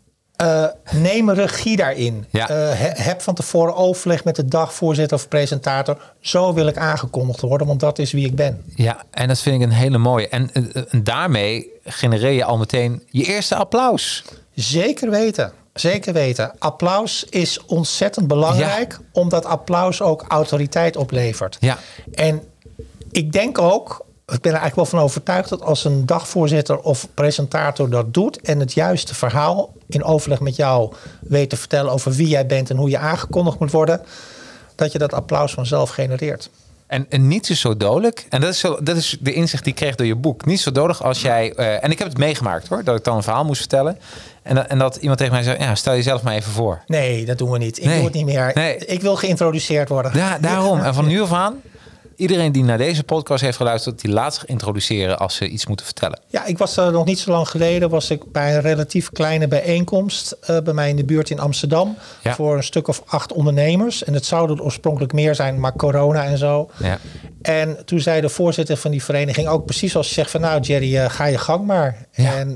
neem een regie daarin. Ja. Heb van tevoren overleg met de dagvoorzitter of presentator. Zo wil ik aangekondigd worden, want dat is wie ik ben. Ja, en dat vind ik een hele mooie. En daarmee genereer je al meteen je eerste applaus. Zeker weten. Zeker weten. Applaus is ontzettend belangrijk, omdat applaus ook autoriteit oplevert. Ja. En ik denk ook, ik ben er eigenlijk wel van overtuigd dat als een dagvoorzitter of presentator dat doet en het juiste verhaal in overleg met jou weet te vertellen over wie jij bent en hoe je aangekondigd moet worden, dat je dat applaus vanzelf genereert. En niet zo dodelijk. En dat is de inzicht die ik kreeg door je boek. Niet zo dodelijk als jij. En ik heb het meegemaakt hoor, dat ik dan een verhaal moest vertellen. En dat iemand tegen mij zei: stel jezelf maar even voor. Nee, dat doen we niet. Ik doe het niet meer. Nee. Ik wil geïntroduceerd worden. Ja, daarom. En van nu af aan. Iedereen die naar deze podcast heeft geluisterd, die laat zich introduceren als ze iets moeten vertellen. Ja, ik was nog niet zo lang geleden, was ik bij een relatief kleine bijeenkomst bij mij in de buurt in Amsterdam. Ja. Voor een stuk of 8 ondernemers. En het zouden er oorspronkelijk meer zijn, maar corona en zo. Ja. En toen zei de voorzitter van die vereniging ook precies zoals je zegt van nou Jerry, ga je gang maar. Ja. En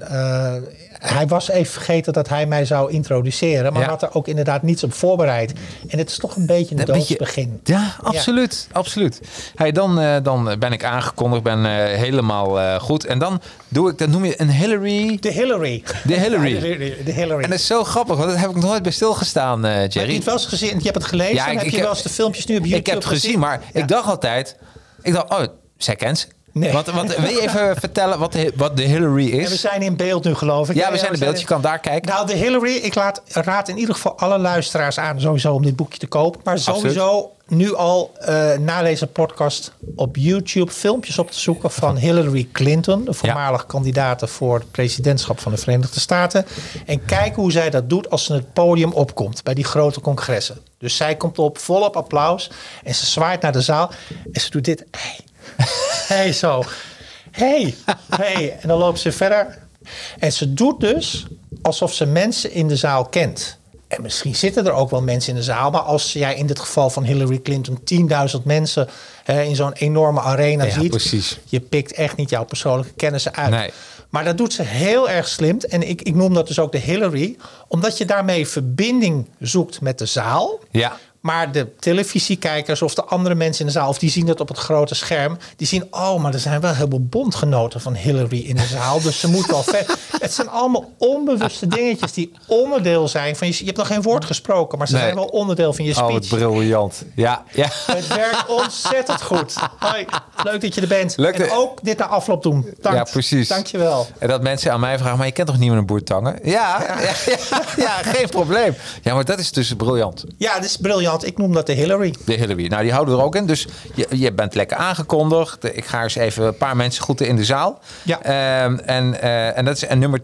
hij was even vergeten dat hij mij zou introduceren. Maar had er ook inderdaad niets op voorbereid. En het is toch een beetje een doodsbegin. Ja, absoluut. Ja. Absoluut. Hey, dan ben ik aangekondigd, ben helemaal goed. En dan noem je een Hillary. De Hillary. De Hillary. Ja, de Hillary. En dat is zo grappig, want dat heb ik nog nooit bij stilgestaan, Jerry. Maar heb je het wel eens gezien? Je hebt het gelezen? Ja, heb je wel eens de filmpjes nu op YouTube Ik heb het gezien, maar ik dacht altijd... zij kent ze. Nee. Wil je even vertellen wat de Hillary is? Ja, we zijn in beeld nu, geloof ik. Ja, we zijn in beeld. Je kan daar kijken. Nou, de Hillary, ik raad in ieder geval alle luisteraars aan sowieso om dit boekje te kopen. Maar sowieso nu al na deze podcast op YouTube filmpjes op te zoeken van Hillary Clinton, de voormalig kandidaat voor het presidentschap van de Verenigde Staten. En kijken hoe zij dat doet als ze het podium opkomt bij die grote congressen. Dus zij komt op, volop applaus en ze zwaait naar de zaal en ze doet dit. Hey, zo. Hey. En dan loopt ze verder. En ze doet dus alsof ze mensen in de zaal kent. En misschien zitten er ook wel mensen in de zaal. Maar als jij in dit geval van Hillary Clinton 10.000 mensen in zo'n enorme arena ziet. Precies. Je pikt echt niet jouw persoonlijke kennissen uit. Nee. Maar dat doet ze heel erg slim. En ik noem dat dus ook de Hillary. Omdat je daarmee verbinding zoekt met de zaal. Ja. Maar de televisiekijkers of de andere mensen in de zaal... of die zien het op het grote scherm... die zien, maar er zijn wel heel veel bondgenoten van Hillary in de zaal... dus ze moet wel vet. Het zijn allemaal onbewuste dingetjes die onderdeel zijn van je... Je hebt nog geen woord gesproken, maar ze zijn wel onderdeel van je speech. Oh, wat briljant. Ja. Het werkt ontzettend goed. Hoi, leuk dat je er bent. Leuk en ook dit na afloop doen. Ja, precies. Dank je wel. En dat mensen aan mij vragen, maar je kent toch niet met een boertangen? Ja, geen probleem. Ja, maar dat is dus briljant. Ja, dat is briljant. Ik noem dat de Hillary. De Hillary. Nou, die houden we er ook in. Dus je bent lekker aangekondigd. Ik ga eens even een paar mensen groeten in de zaal. Ja. En dat is en nummer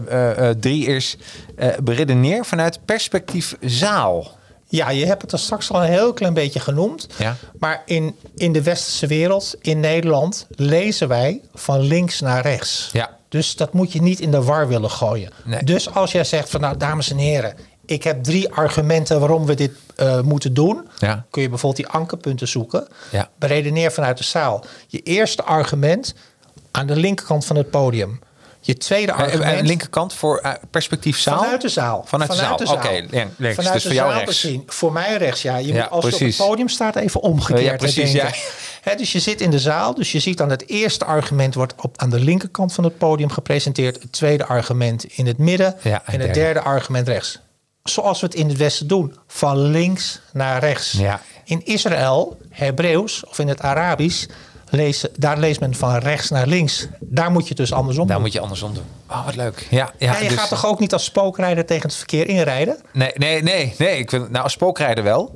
3 is beredeneer vanuit perspectief zaal. Ja, je hebt het er straks al een heel klein beetje genoemd. Ja. Maar in de westerse wereld, in Nederland, lezen wij van links naar rechts. Ja. Dus dat moet je niet in de war willen gooien. Nee. Dus als jij zegt van, nou, dames en heren, ik heb 3 argumenten waarom we dit moeten doen. Ja. Kun je bijvoorbeeld die ankerpunten zoeken. Ja. Beredeneer vanuit de zaal. Je eerste argument aan de linkerkant van het podium. Je tweede argument... linkerkant voor perspectief zaal? Vanuit de zaal. Vanuit de zaal. Oké, links. Vanuit Dus de voor jou zaal rechts. bezien. Voor mij rechts, ja. Je Ja, moet, als je op precies. het podium staat, even omgekeerd. Ja, precies, denken. Dus je zit in de zaal. Dus je ziet aan het eerste argument wordt aan de linkerkant van het podium gepresenteerd. Het tweede argument in het midden. Ja, en het derde argument rechts. Zoals we het in het Westen doen. Van links naar rechts. Ja. In Israël, Hebreeuws of in het Arabisch... Daar leest men van rechts naar links. Daar moet je het dus andersom Daar doen. moet je andersom doen. Oh, wat leuk. Ja, Ja, je dus, gaat toch ook niet als spookrijder tegen het verkeer inrijden? Nee. Ik vind, nou, als spookrijder wel.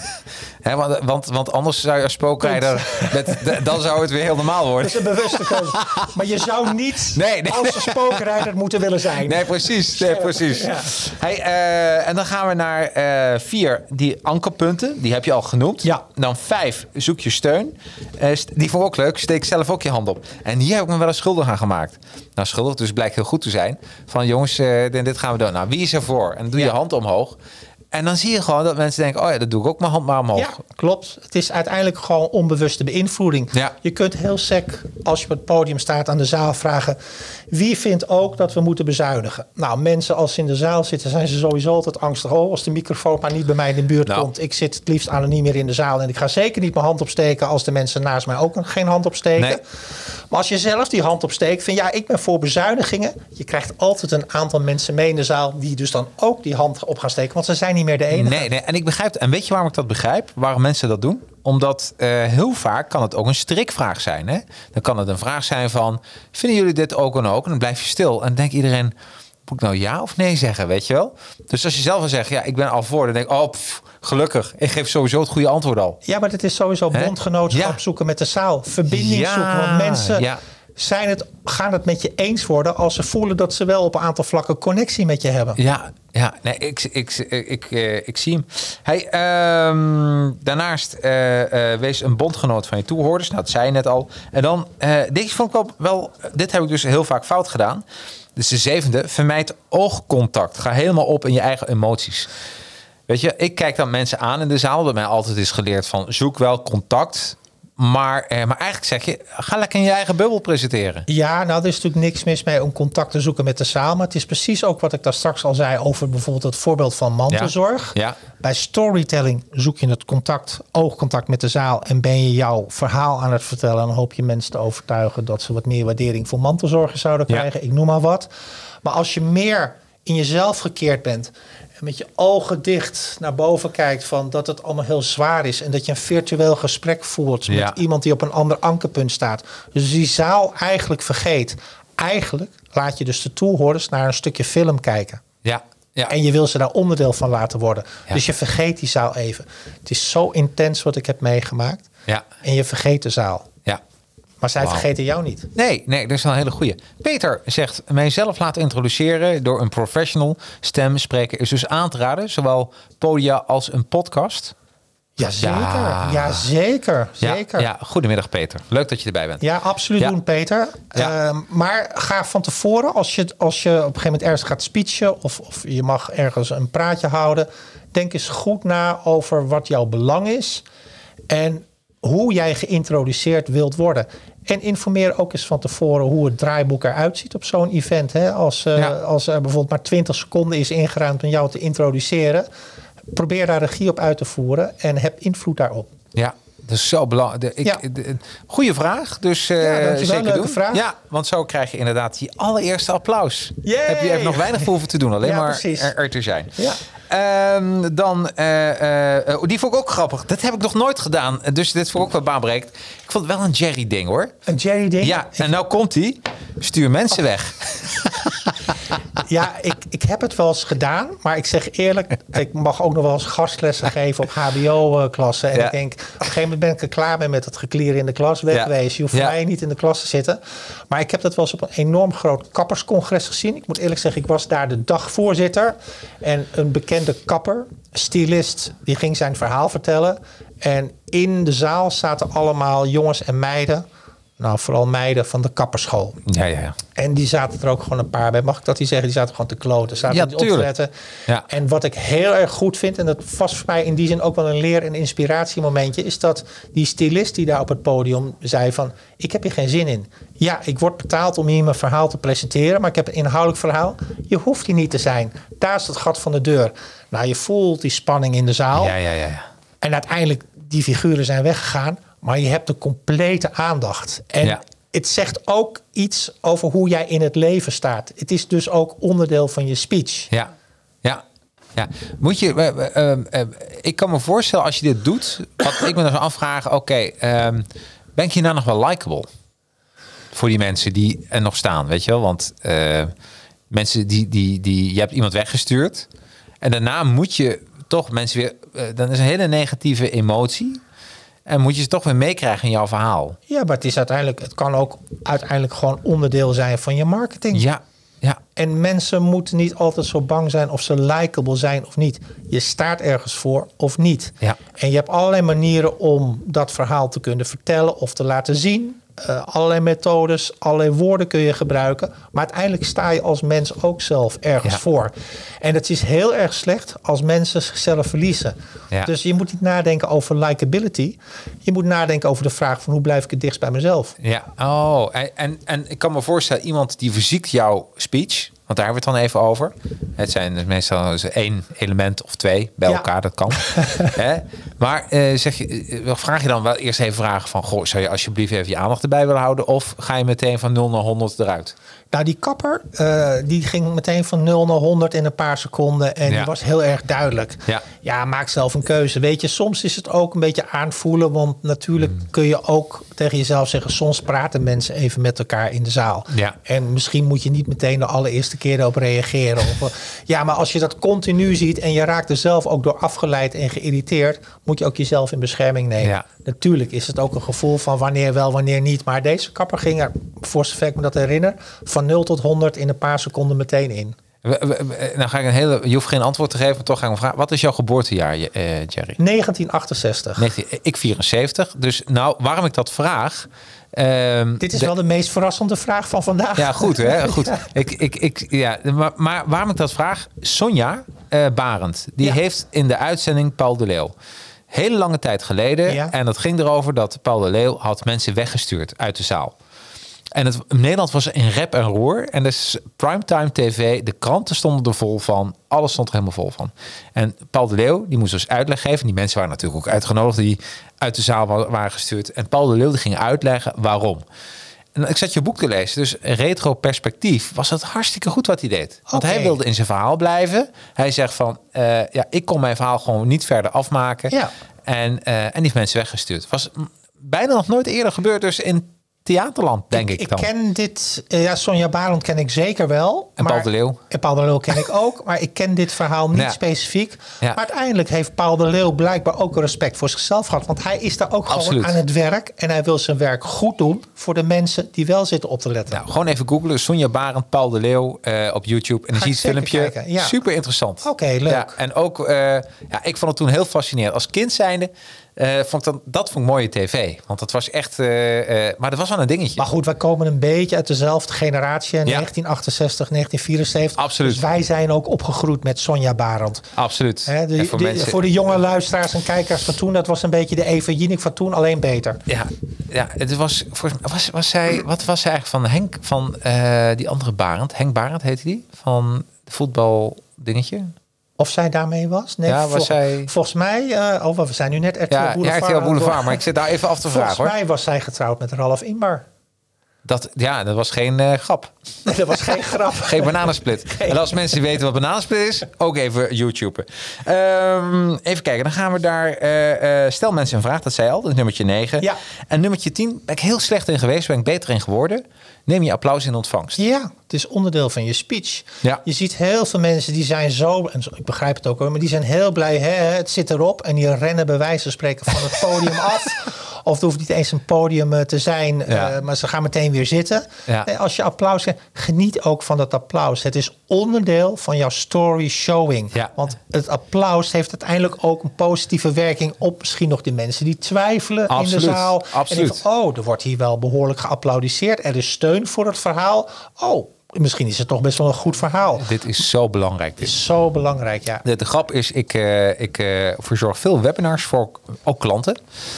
Hè, want anders zou je als spookrijder... dan zou het weer heel normaal worden. Dat is een bewuste keuze. Maar je zou niet als een spookrijder moeten willen zijn. Nee, precies. Ja. Hey, en dan gaan we naar 4, die ankerpunten. Die heb je al genoemd. Ja. Dan 5, zoek je steun. Die vond ik ook leuk. Steek zelf ook je hand op. En hier heb ik me wel eens schuldig aan gemaakt. Nou, schuldig dus blijkt heel goed te zijn. Van jongens, dit gaan we doen. Nou, wie is er voor? En dan doe je hand omhoog. En dan zie je gewoon dat mensen denken... oh ja, dat doe ik ook mijn hand maar omhoog. Ja, klopt. Het is uiteindelijk gewoon onbewuste beïnvloeding. Ja. Je kunt heel sec, als je op het podium staat aan de zaal vragen... wie vindt ook dat we moeten bezuinigen? Nou, mensen als ze in de zaal zitten... zijn ze sowieso altijd angstig. Oh, als de microfoon maar niet bij mij in de buurt komt. Ik zit het liefst anoniem meer in de zaal... en ik ga zeker niet mijn hand opsteken... als de mensen naast mij ook geen hand opsteken. Nee. Maar als je zelf die hand opsteekt... van ja, ik ben voor bezuinigingen... je krijgt altijd een aantal mensen mee in de zaal... die dus dan ook die hand op gaan steken... want ze zijn niet meer de enige. Nee, en ik begrijp... En weet je waarom ik dat begrijp? Waarom mensen dat doen? Omdat heel vaak kan het ook een strikvraag zijn. Hè? Dan kan het een vraag zijn van... vinden jullie dit ook en ook? En dan blijf je stil. En dan denkt iedereen... moet ik nou ja of nee zeggen, weet je wel? Dus als je zelf wil zeggen... ja, ik ben al voor... dan denk ik... gelukkig. Ik geef sowieso het goede antwoord al. Ja, maar het is sowieso bondgenootschap zoeken met de zaal. Verbinding zoeken. Want mensen gaan het met je eens worden... als ze voelen dat ze wel op een aantal vlakken connectie met je hebben. Ja, nee, ik zie hem. Hey, daarnaast wees een bondgenoot van je toehoorders. Nou, dat zei je net al. En dan, dit vond ik wel... Dit heb ik dus heel vaak fout gedaan. Dus de 7e, vermijd oogcontact. Ga helemaal op in je eigen emoties. Weet je, ik kijk dan mensen aan in de zaal. Dat mij altijd is geleerd van zoek wel contact... Maar eigenlijk zeg je, ga lekker in je eigen bubbel presenteren. Ja, nou, er is natuurlijk niks mis mee om contact te zoeken met de zaal. Maar het is precies ook wat ik daar straks al zei over bijvoorbeeld het voorbeeld van mantelzorg. Ja. Bij storytelling zoek je het oogcontact met de zaal en ben je jouw verhaal aan het vertellen. En dan hoop je mensen te overtuigen dat ze wat meer waardering voor mantelzorgers zouden krijgen. Ja. Ik noem maar wat. Maar als je meer in jezelf gekeerd bent... met je ogen dicht naar boven kijkt... van dat het allemaal heel zwaar is... en dat je een virtueel gesprek voert... met iemand die op een ander ankerpunt staat. Dus die zaal eigenlijk vergeet. Eigenlijk laat je dus de toehoorders... naar een stukje film kijken. Ja. En je wil ze daar onderdeel van laten worden. Ja. Dus je vergeet die zaal even. Het is zo intens wat ik heb meegemaakt. Ja. En je vergeet de zaal. Ja. Maar zij vergeten jou niet. Nee, dat is wel een hele goeie. Peter zegt, mijzelf laten introduceren door een professional stem spreken is dus aan te raden. Zowel podia als een podcast. Zeker. Ja, goedemiddag Peter. Leuk dat je erbij bent. Ja, absoluut doen, Peter. Ja. Maar ga van tevoren, als je op een gegeven moment ergens gaat speechen... of je mag ergens een praatje houden... denk eens goed na over wat jouw belang is... en hoe jij geïntroduceerd wilt worden. En informeer ook eens van tevoren hoe het draaiboek eruit ziet op zo'n event. Hè? Als er bijvoorbeeld maar 20 seconden is ingeruimd om jou te introduceren... probeer daar regie op uit te voeren en heb invloed daarop. Ja, dat is zo belangrijk. Goeie vraag, dus zeker doen. Vraag. Ja, want zo krijg je inderdaad je allereerste applaus. Heb je nog weinig voor hoeven te doen, alleen maar er te zijn. Ja. Die vond ik ook grappig. Dat heb ik nog nooit gedaan. Dus dit vond ik ook wel baanbreekt. Ik vond het wel een Jerry-ding, hoor. Een Jerry-ding? Ja, en nou komt hij. Stuur mensen weg. Ja, ik heb het wel eens gedaan. Maar ik zeg eerlijk, ik mag ook nog wel eens gastlessen geven op hbo-klassen. En ik denk, op een gegeven moment ben ik er klaar mee met het geklier in de klas. Wegwezen. Je hoeft voor mij niet in de klas te zitten. Maar ik heb dat wel eens op een enorm groot kapperscongres gezien. Ik moet eerlijk zeggen, ik was daar de dagvoorzitter. En een bekende kapper, stylist, die ging zijn verhaal vertellen. En in de zaal zaten allemaal jongens en meiden... Nou, vooral meiden van de kapperschool. Ja. En die zaten er ook gewoon een paar bij. Mag ik dat niet zeggen? Die zaten gewoon te kloten. Zaten niet op te letten. Ja. En wat ik heel erg goed vind... en dat was voor mij in die zin ook wel een leer- en inspiratiemomentje... is dat die stylist die daar op het podium zei van... ik heb hier geen zin in. Ja, ik word betaald om hier mijn verhaal te presenteren... maar ik heb een inhoudelijk verhaal. Je hoeft hier niet te zijn. Daar is het gat van de deur. Nou, je voelt die spanning in de zaal. Ja. En uiteindelijk, die figuren zijn weggegaan... maar je hebt de complete aandacht. En het zegt ook iets over hoe jij in het leven staat. Het is dus ook onderdeel van je speech. Ja. Moet je... ik kan me voorstellen, als je dit doet... wat ik me dan afvragen... ben je nou nog wel likable? Voor die mensen die er nog staan, weet je wel? Want mensen die je hebt iemand weggestuurd... en daarna moet je toch mensen weer... dan is een hele negatieve emotie... En moet je ze toch weer meekrijgen in jouw verhaal. Ja, maar het kan ook uiteindelijk gewoon onderdeel zijn van je marketing. Ja. En mensen moeten niet altijd zo bang zijn of ze likable zijn of niet. Je staat ergens voor of niet. Ja. En je hebt allerlei manieren om dat verhaal te kunnen vertellen of te laten zien. Allerlei methodes, allerlei woorden kun je gebruiken. Maar uiteindelijk sta je als mens ook zelf ergens voor. En het is heel erg slecht als mensen zichzelf verliezen. Ja. Dus je moet niet nadenken over likability. Je moet nadenken over de vraag van hoe blijf ik het dichtst bij mezelf. Ja, en ik kan me voorstellen, iemand die verziekt jouw speech... want daar hebben we het dan even over. Het zijn meestal 1 element of 2 bij elkaar, dat kan. Maar vraag je dan wel eerst even vragen van... goh, zou je alsjeblieft even je aandacht erbij willen houden... of ga je meteen van 0 naar 100 eruit? Nou, die kapper, die ging meteen van 0 naar 100 in een paar seconden. En die was heel erg duidelijk. Ja, maak zelf een keuze. Weet je, soms is het ook een beetje aanvoelen. Want natuurlijk kun je ook tegen jezelf zeggen... soms praten mensen even met elkaar in de zaal. Ja. En misschien moet je niet meteen de allereerste keer erop reageren. Maar als je dat continu ziet... en je raakt er zelf ook door afgeleid en geïrriteerd... moet je ook jezelf in bescherming nemen. Ja. Natuurlijk is het ook een gevoel van wanneer wel, wanneer niet. Maar deze kapper ging er, voor zover ik me dat herinner... van 0 tot 100 in een paar seconden meteen in. Nou ga ik je hoeft geen antwoord te geven, maar toch ga ik me vragen. Wat is jouw geboortejaar, Jerry? 1968. Ik 74. Dus nou, waarom ik dat vraag... Dit is wel de meest verrassende vraag van vandaag. Ja, goed hè. Goed. Maar waarom ik dat vraag... Sonja Barend, die heeft in de uitzending Paul de Leeuw... hele lange tijd geleden... Ja. En dat ging erover dat Paul de Leeuw had mensen weggestuurd uit de zaal. En in Nederland was er in rep en roer. En dus primetime tv, de kranten stonden er vol van. Alles stond er helemaal vol van. En Paul de Leeuw, die moest dus uitleg geven. Die mensen waren natuurlijk ook uitgenodigd die uit de zaal waren gestuurd. En Paul de Leeuw die ging uitleggen waarom. En ik zat je boek te lezen. Dus retro perspectief was het hartstikke goed wat hij deed. Want hij wilde in zijn verhaal blijven. Hij zegt van, ik kon mijn verhaal gewoon niet verder afmaken. Ja. En die heeft mensen weggestuurd. Was bijna nog nooit eerder gebeurd. Dus in theaterland, denk ik dan. Ik ken dit... Sonja Barend ken ik zeker wel. En Paul de Leeuw. En Paul de Leeuw ken ik ook. Maar ik ken dit verhaal niet specifiek. Ja. Maar uiteindelijk heeft Paul de Leeuw blijkbaar ook respect voor zichzelf gehad. Want hij is daar ook gewoon aan het werk. En hij wil zijn werk goed doen voor de mensen die wel zitten op te letten. Nou, gewoon even googlen. Sonja Barend, Paul de Leeuw op YouTube. En dan zie je het filmpje. Ja. Super interessant. Oké, leuk. Ja, en ook, ik vond het toen heel fascinerend. Als kind zijnde... dat vond ik mooie tv. Want dat was echt... maar dat was wel een dingetje. Maar goed, wij komen een beetje uit dezelfde generatie. 1968, 1974. Absoluut. Dus wij zijn ook opgegroeid met Sonja Barend. Absoluut. Voor de jonge luisteraars en kijkers van toen... dat was een beetje de Eva Jinek van toen, alleen beter. Ja, het was zij... Wat was zij eigenlijk van Henk... van die andere Barend? Henk Barend heette die? Van de voetbaldingetje? Of zij daarmee was? Nee, volgens mij... we zijn nu net RTL Boulevard. Ja, RTL Boulevard, maar ik zit daar even af te vragen. Volgens mij was zij getrouwd met Ralf Ingbar. Dat was geen grap. Nee, dat was geen grap. Geen bananensplit. En als mensen weten wat bananensplit is, ook even YouTuben. Even kijken, dan gaan we daar... stel mensen een vraag, dat zei al, dat is nummertje 9. Ja. En nummertje 10 ben ik heel slecht in geweest, ben ik beter in geworden. Neem je applaus in ontvangst. Ja, het is onderdeel van je speech. Ja. Je ziet heel veel mensen die zijn zo... en ik begrijp het ook hoor, maar die zijn heel blij. Het zit erop en die rennen bij wijze van spreken van het podium af. Of er hoeft niet eens een podium te zijn, maar ze gaan meteen weer zitten. Ja. Als je applaus krijgt, geniet ook van dat applaus. Het is onderdeel van jouw story showing. Ja. Want het applaus heeft uiteindelijk ook een positieve werking op misschien nog de mensen die twijfelen in de zaal. Absoluut. En denken, er wordt hier wel behoorlijk geapplaudiseerd. Er is steun voor het verhaal. Misschien is het toch best wel een goed verhaal. Dit is zo belangrijk. Dit is zo belangrijk, ja. De grap is, ik verzorg veel webinars voor ook klanten.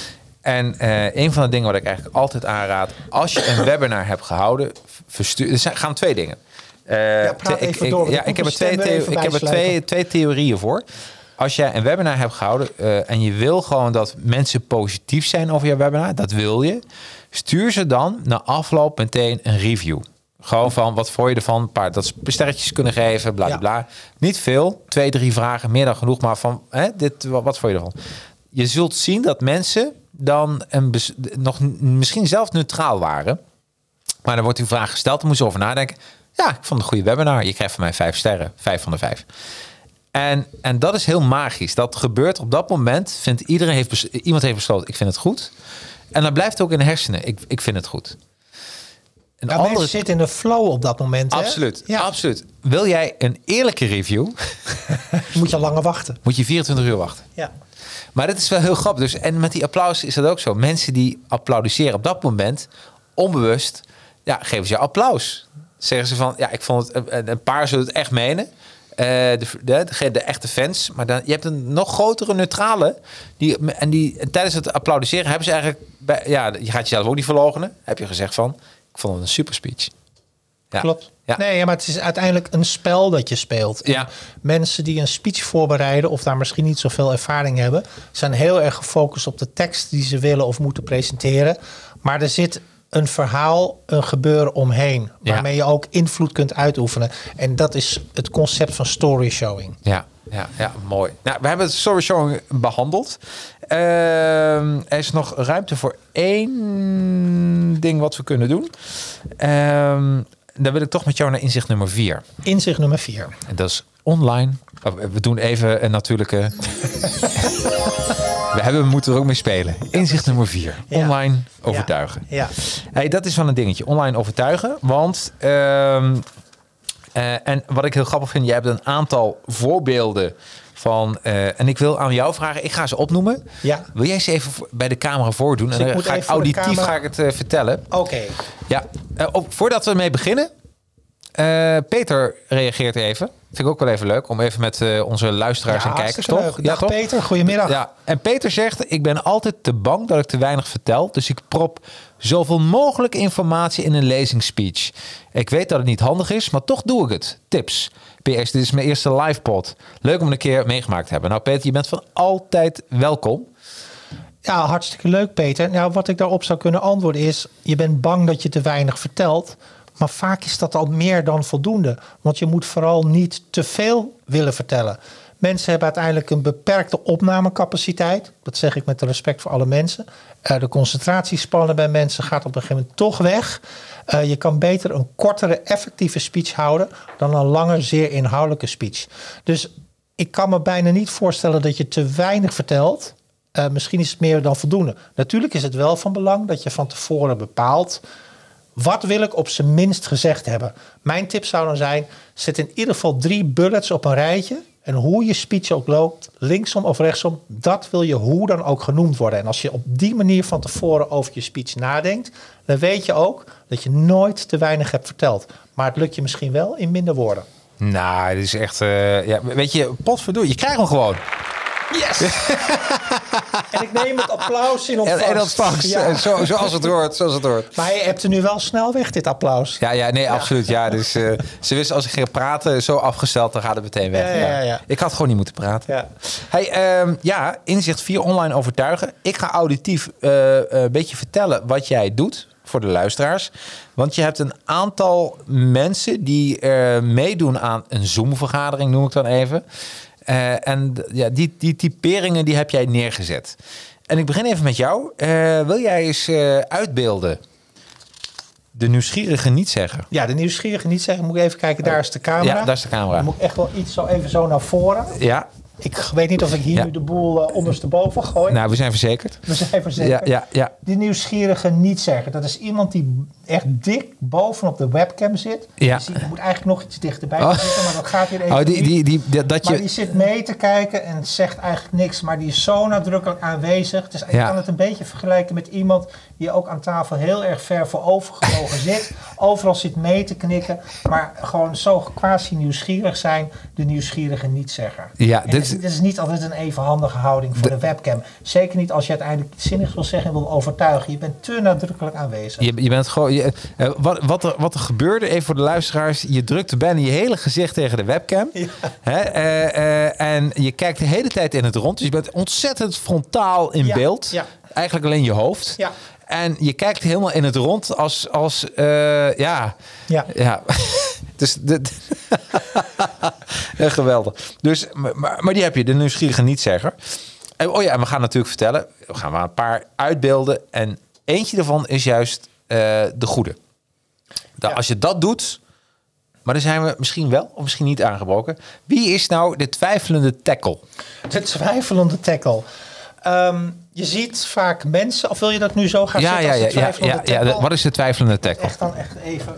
En een van de dingen wat ik eigenlijk altijd aanraad... als je een webinar hebt gehouden... er gaan 2 dingen. Ik heb er twee theorieën voor. Als jij een webinar hebt gehouden... en je wil gewoon dat mensen positief zijn over je webinar... dat wil je. Stuur ze dan na afloop meteen een review. Gewoon van, wat vond je ervan? Dat ze sterretjes kunnen geven, bla bla bla. Niet veel, 2, 3 vragen, meer dan genoeg. Maar van, wat vond je ervan? Je zult zien dat mensen... dan nog misschien zelf neutraal waren. Maar dan wordt die vraag gesteld, dan moet je over nadenken. Ja, ik vond het een goede webinar. Je krijgt van mij 5 sterren, 5 van de 5. En dat is heel magisch. Dat gebeurt op dat moment. Iemand heeft besloten, ik vind het goed. En dan blijft het ook in de hersenen. Ik vind het goed. Mensen zitten in de flow op dat moment. Absoluut, hè? Ja. Absoluut. Wil jij een eerlijke review? Moet je langer wachten. Moet je 24 uur wachten. Ja. Maar dat is wel heel grappig. Dus, en met die applaus is dat ook zo. Mensen die applaudisseren op dat moment, onbewust, geven ze je applaus. Zeggen ze van, ik vond het, een paar zullen het echt menen. De echte fans. Maar je hebt een nog grotere neutrale. Die tijdens het applaudisseren hebben ze eigenlijk... je gaat jezelf ook niet verloochenen. Heb je gezegd van, ik vond het een super speech. Ja. Klopt. Ja. Nee, maar het is uiteindelijk een spel dat je speelt. Ja. Mensen die een speech voorbereiden of daar misschien niet zoveel ervaring hebben, zijn heel erg gefocust op de tekst die ze willen of moeten presenteren. Maar er zit een verhaal, een gebeuren omheen, waarmee je ook invloed kunt uitoefenen. En dat is het concept van story showing. Ja, mooi. Nou, we hebben het story showing behandeld. Er is nog ruimte voor 1 ding wat we kunnen doen. Dan wil ik toch met jou naar inzicht nummer 4. Inzicht nummer 4. En dat is online. We doen even een natuurlijke... we moeten er ook mee spelen. Inzicht nummer 4. Online overtuigen. Ja. Hey, dat is wel een dingetje. Online overtuigen. Want... en wat ik heel grappig vind... jij hebt een aantal voorbeelden van... en ik wil aan jou vragen... ik ga ze opnoemen. Ja. Wil jij ze even bij de camera voordoen? Dus en dan ga ik auditief ga ik het vertellen. Oké. Ja. Voordat we ermee beginnen... Peter reageert even. Vind ik ook wel even leuk om even met onze luisteraars en kijkers toch? Dag toch? Peter, goedemiddag. Ja. En Peter zegt, ik ben altijd te bang dat ik te weinig vertel. Dus ik prop zoveel mogelijk informatie in een lezingsspeech. Ik weet dat het niet handig is, maar toch doe ik het. Tips. PS, dit is mijn eerste live pod. Leuk om een keer meegemaakt te hebben. Nou Peter, je bent van altijd welkom. Ja, hartstikke leuk Peter. Nou, wat ik daarop zou kunnen antwoorden is... je bent bang dat je te weinig vertelt... Maar vaak is dat al meer dan voldoende. Want je moet vooral niet te veel willen vertellen. Mensen hebben uiteindelijk een beperkte opnamecapaciteit. Dat zeg ik met respect voor alle mensen. De concentratiespannen bij mensen gaat op een gegeven moment toch weg. Je kan beter een kortere, effectieve speech houden dan een lange, zeer inhoudelijke speech. Dus ik kan me bijna niet voorstellen dat je te weinig vertelt. Misschien is het meer dan voldoende. Natuurlijk is het wel van belang dat je van tevoren bepaalt: wat wil ik op zijn minst gezegd hebben? Mijn tip zou dan zijn: zet in ieder geval 3 bullets op een rijtje. En hoe je speech ook loopt, linksom of rechtsom, dat wil je hoe dan ook genoemd worden. En als je op die manier van tevoren over je speech nadenkt, dan weet je ook dat je nooit te weinig hebt verteld. Maar het lukt je misschien wel in minder woorden. Nou, dit is echt... weet je, potverdorie, je krijgt hem gewoon. Yes! En ik neem het applaus in ontvangst. En ontvangst, ja. zoals het hoort. Maar je hebt er nu wel snel weg, dit applaus. Ja, absoluut. Ja, dus ze wisten als ik ging praten, zo afgesteld, dan gaat het meteen weg. Ja. Ik had gewoon niet moeten praten. Ja. Hey, inzicht 4 online overtuigen. Ik ga auditief een beetje vertellen wat jij doet voor de luisteraars. Want je hebt een aantal mensen die meedoen aan een Zoom-vergadering, noem ik dan even. Die typeringen die heb jij neergezet. En ik begin even met jou. Wil jij eens uitbeelden? De nieuwsgierige niet zeggen. Ja, de nieuwsgierige niet zeggen. Moet ik even kijken, daar is de camera. Ja, daar is de camera. Dan moet ik echt wel iets zo naar voren. Ja. Ik weet niet of ik hier nu de boel ondersteboven gooi. Nou, we zijn verzekerd. We zijn verzekerd. Ja. Die nieuwsgierige niet zeggen. Dat is iemand die echt dik bovenop de webcam zit. Ja. Dus je moet eigenlijk nog iets dichterbij zitten, maar dat gaat hier even die zit mee te kijken en zegt eigenlijk niks. Maar die is zo nadrukkelijk aanwezig. Dus je kan het een beetje vergelijken met iemand die ook aan tafel heel erg ver voorovergebogen zit. Overal zit mee te knikken. Maar gewoon zo quasi nieuwsgierig zijn. De nieuwsgierige niet zeggen. Ja, dit is niet altijd een even handige houding voor de webcam. Zeker niet als je uiteindelijk iets zinnigs wil zeggen en wil overtuigen. Je bent te nadrukkelijk aanwezig. Je bent gewoon... Wat er gebeurde, even voor de luisteraars. Je drukte bijna je hele gezicht tegen de webcam. Ja. Hè? En je kijkt de hele tijd in het rond. Dus je bent ontzettend frontaal in beeld. Ja. Eigenlijk alleen je hoofd. Ja. En je kijkt helemaal in het rond als dus geweldig. Dus, maar die heb je, de nieuwsgierige niet-zegger. En we gaan natuurlijk vertellen. We gaan maar een paar uitbeelden. En eentje daarvan is juist de goede. Als je dat doet, maar dan zijn we misschien wel of misschien niet aangebroken. Wie is nou de twijfelende tackle? De twijfelende tackle. Je ziet vaak mensen, of wil je dat nu zo gaan zetten? Ja. Wat is de twijfelende tackle? Echt even.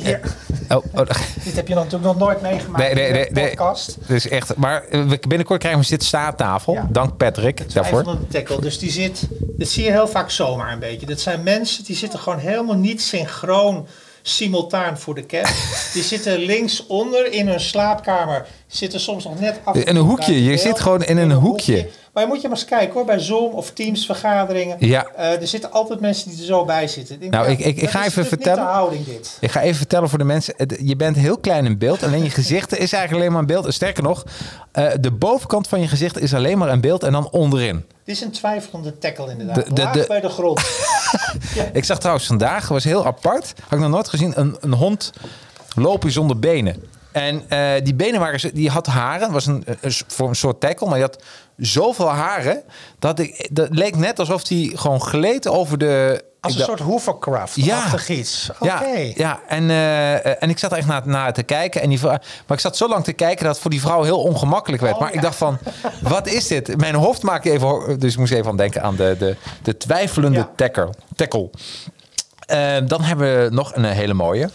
Dit heb je natuurlijk nog nooit meegemaakt in de podcast. Dus echt, maar binnenkort krijgen we een staattafel. Ja. Dank Patrick daarvoor. De tackle. Dus dit zie je heel vaak zomaar een beetje. Dat zijn mensen die zitten gewoon helemaal niet synchroon simultaan voor de cam. Die zitten linksonder in hun slaapkamer. Zitten soms nog net af. In een hoekje. Je zit gewoon in een hoekje. Maar je moet je maar eens kijken hoor. Bij Zoom of Teams vergaderingen. Ja. Er zitten altijd mensen die er zo bij zitten. Ik ga even vertellen. Niet de houding dit. Ik ga even vertellen voor de mensen. Je bent heel klein in beeld. Alleen je gezicht is eigenlijk alleen maar een beeld. En sterker nog, de bovenkant van je gezicht is alleen maar een beeld. En dan onderin. Dit is een twijfelende tackle inderdaad. Laag bij de grond. Ja. Ik zag trouwens vandaag, was heel apart. Had ik nog nooit gezien, een hond lopen zonder benen. En die benen die had haren. Was voor een soort tackle, maar die had zoveel haren dat leek net alsof die gewoon gleed over de. Als een soort hovercraft-achtig iets. Okay. Ja. En ik zat er echt naar te kijken. En maar ik zat zo lang te kijken dat het voor die vrouw heel ongemakkelijk werd. Maar ik dacht van, wat is dit? Mijn hoofd maakte even. Dus ik moest even aan denken aan de twijfelende tackle. Dan hebben we nog een hele mooie.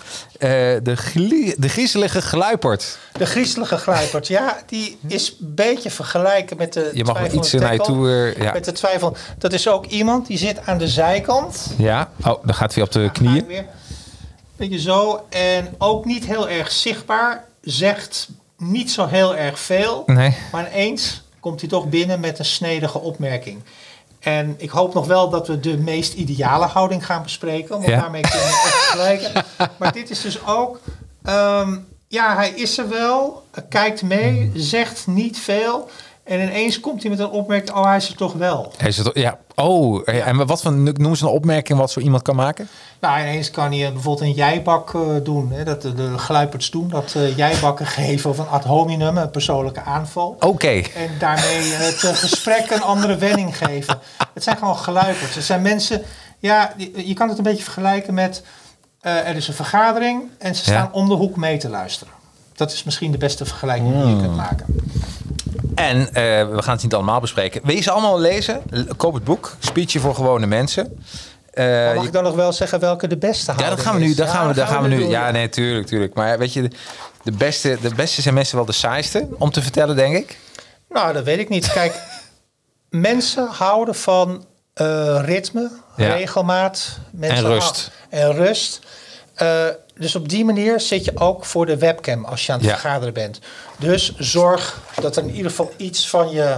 De griezelige gluipert. De griezelige gluipert, ja. Die is een beetje vergelijken met de je mag wel iets naar je toe. Met de twijfel. Dat is ook iemand die zit aan de zijkant. Ja, dan gaat hij weer op de knieën. Weer. Beetje zo. En ook niet heel erg zichtbaar. Zegt niet zo heel erg veel. Nee. Maar ineens komt hij toch binnen met een snedige opmerking. En ik hoop nog wel dat we de meest ideale houding gaan bespreken. Want daarmee kunnen we echt vergelijken. Maar dit is dus ook. Hij is er wel. Kijkt mee. Zegt niet veel. En ineens komt hij met een opmerking, hij is er toch wel. Ja. En wat van, noem ze een opmerking wat zo iemand kan maken? Nou, ineens kan hij bijvoorbeeld een jijbak doen. Hè, dat de gluiperds doen. Dat jijbakken geven of een ad hominem, een persoonlijke aanval. Oké. En daarmee het gesprek een andere wending geven. Het zijn gewoon gluiperds. Het zijn mensen... Ja, je kan het een beetje vergelijken met... er is een vergadering en ze staan om de hoek mee te luisteren. Dat is misschien de beste vergelijking die je kunt maken. En we gaan het niet allemaal bespreken. Wil je ze allemaal lezen? Koop het boek. Speechje voor gewone mensen. Mag ik dan nog wel zeggen welke de beste houding is? Ja, dat gaan we nu. Doen, ja, nee, tuurlijk. Maar weet je, de beste zijn mensen wel de saaiste om te vertellen, denk ik. Nou, dat weet ik niet. Kijk, mensen houden van ritme, regelmaat. Mensen en rust. Dus op die manier zit je ook voor de webcam als je aan het vergaderen bent. Dus zorg dat er in ieder geval iets van je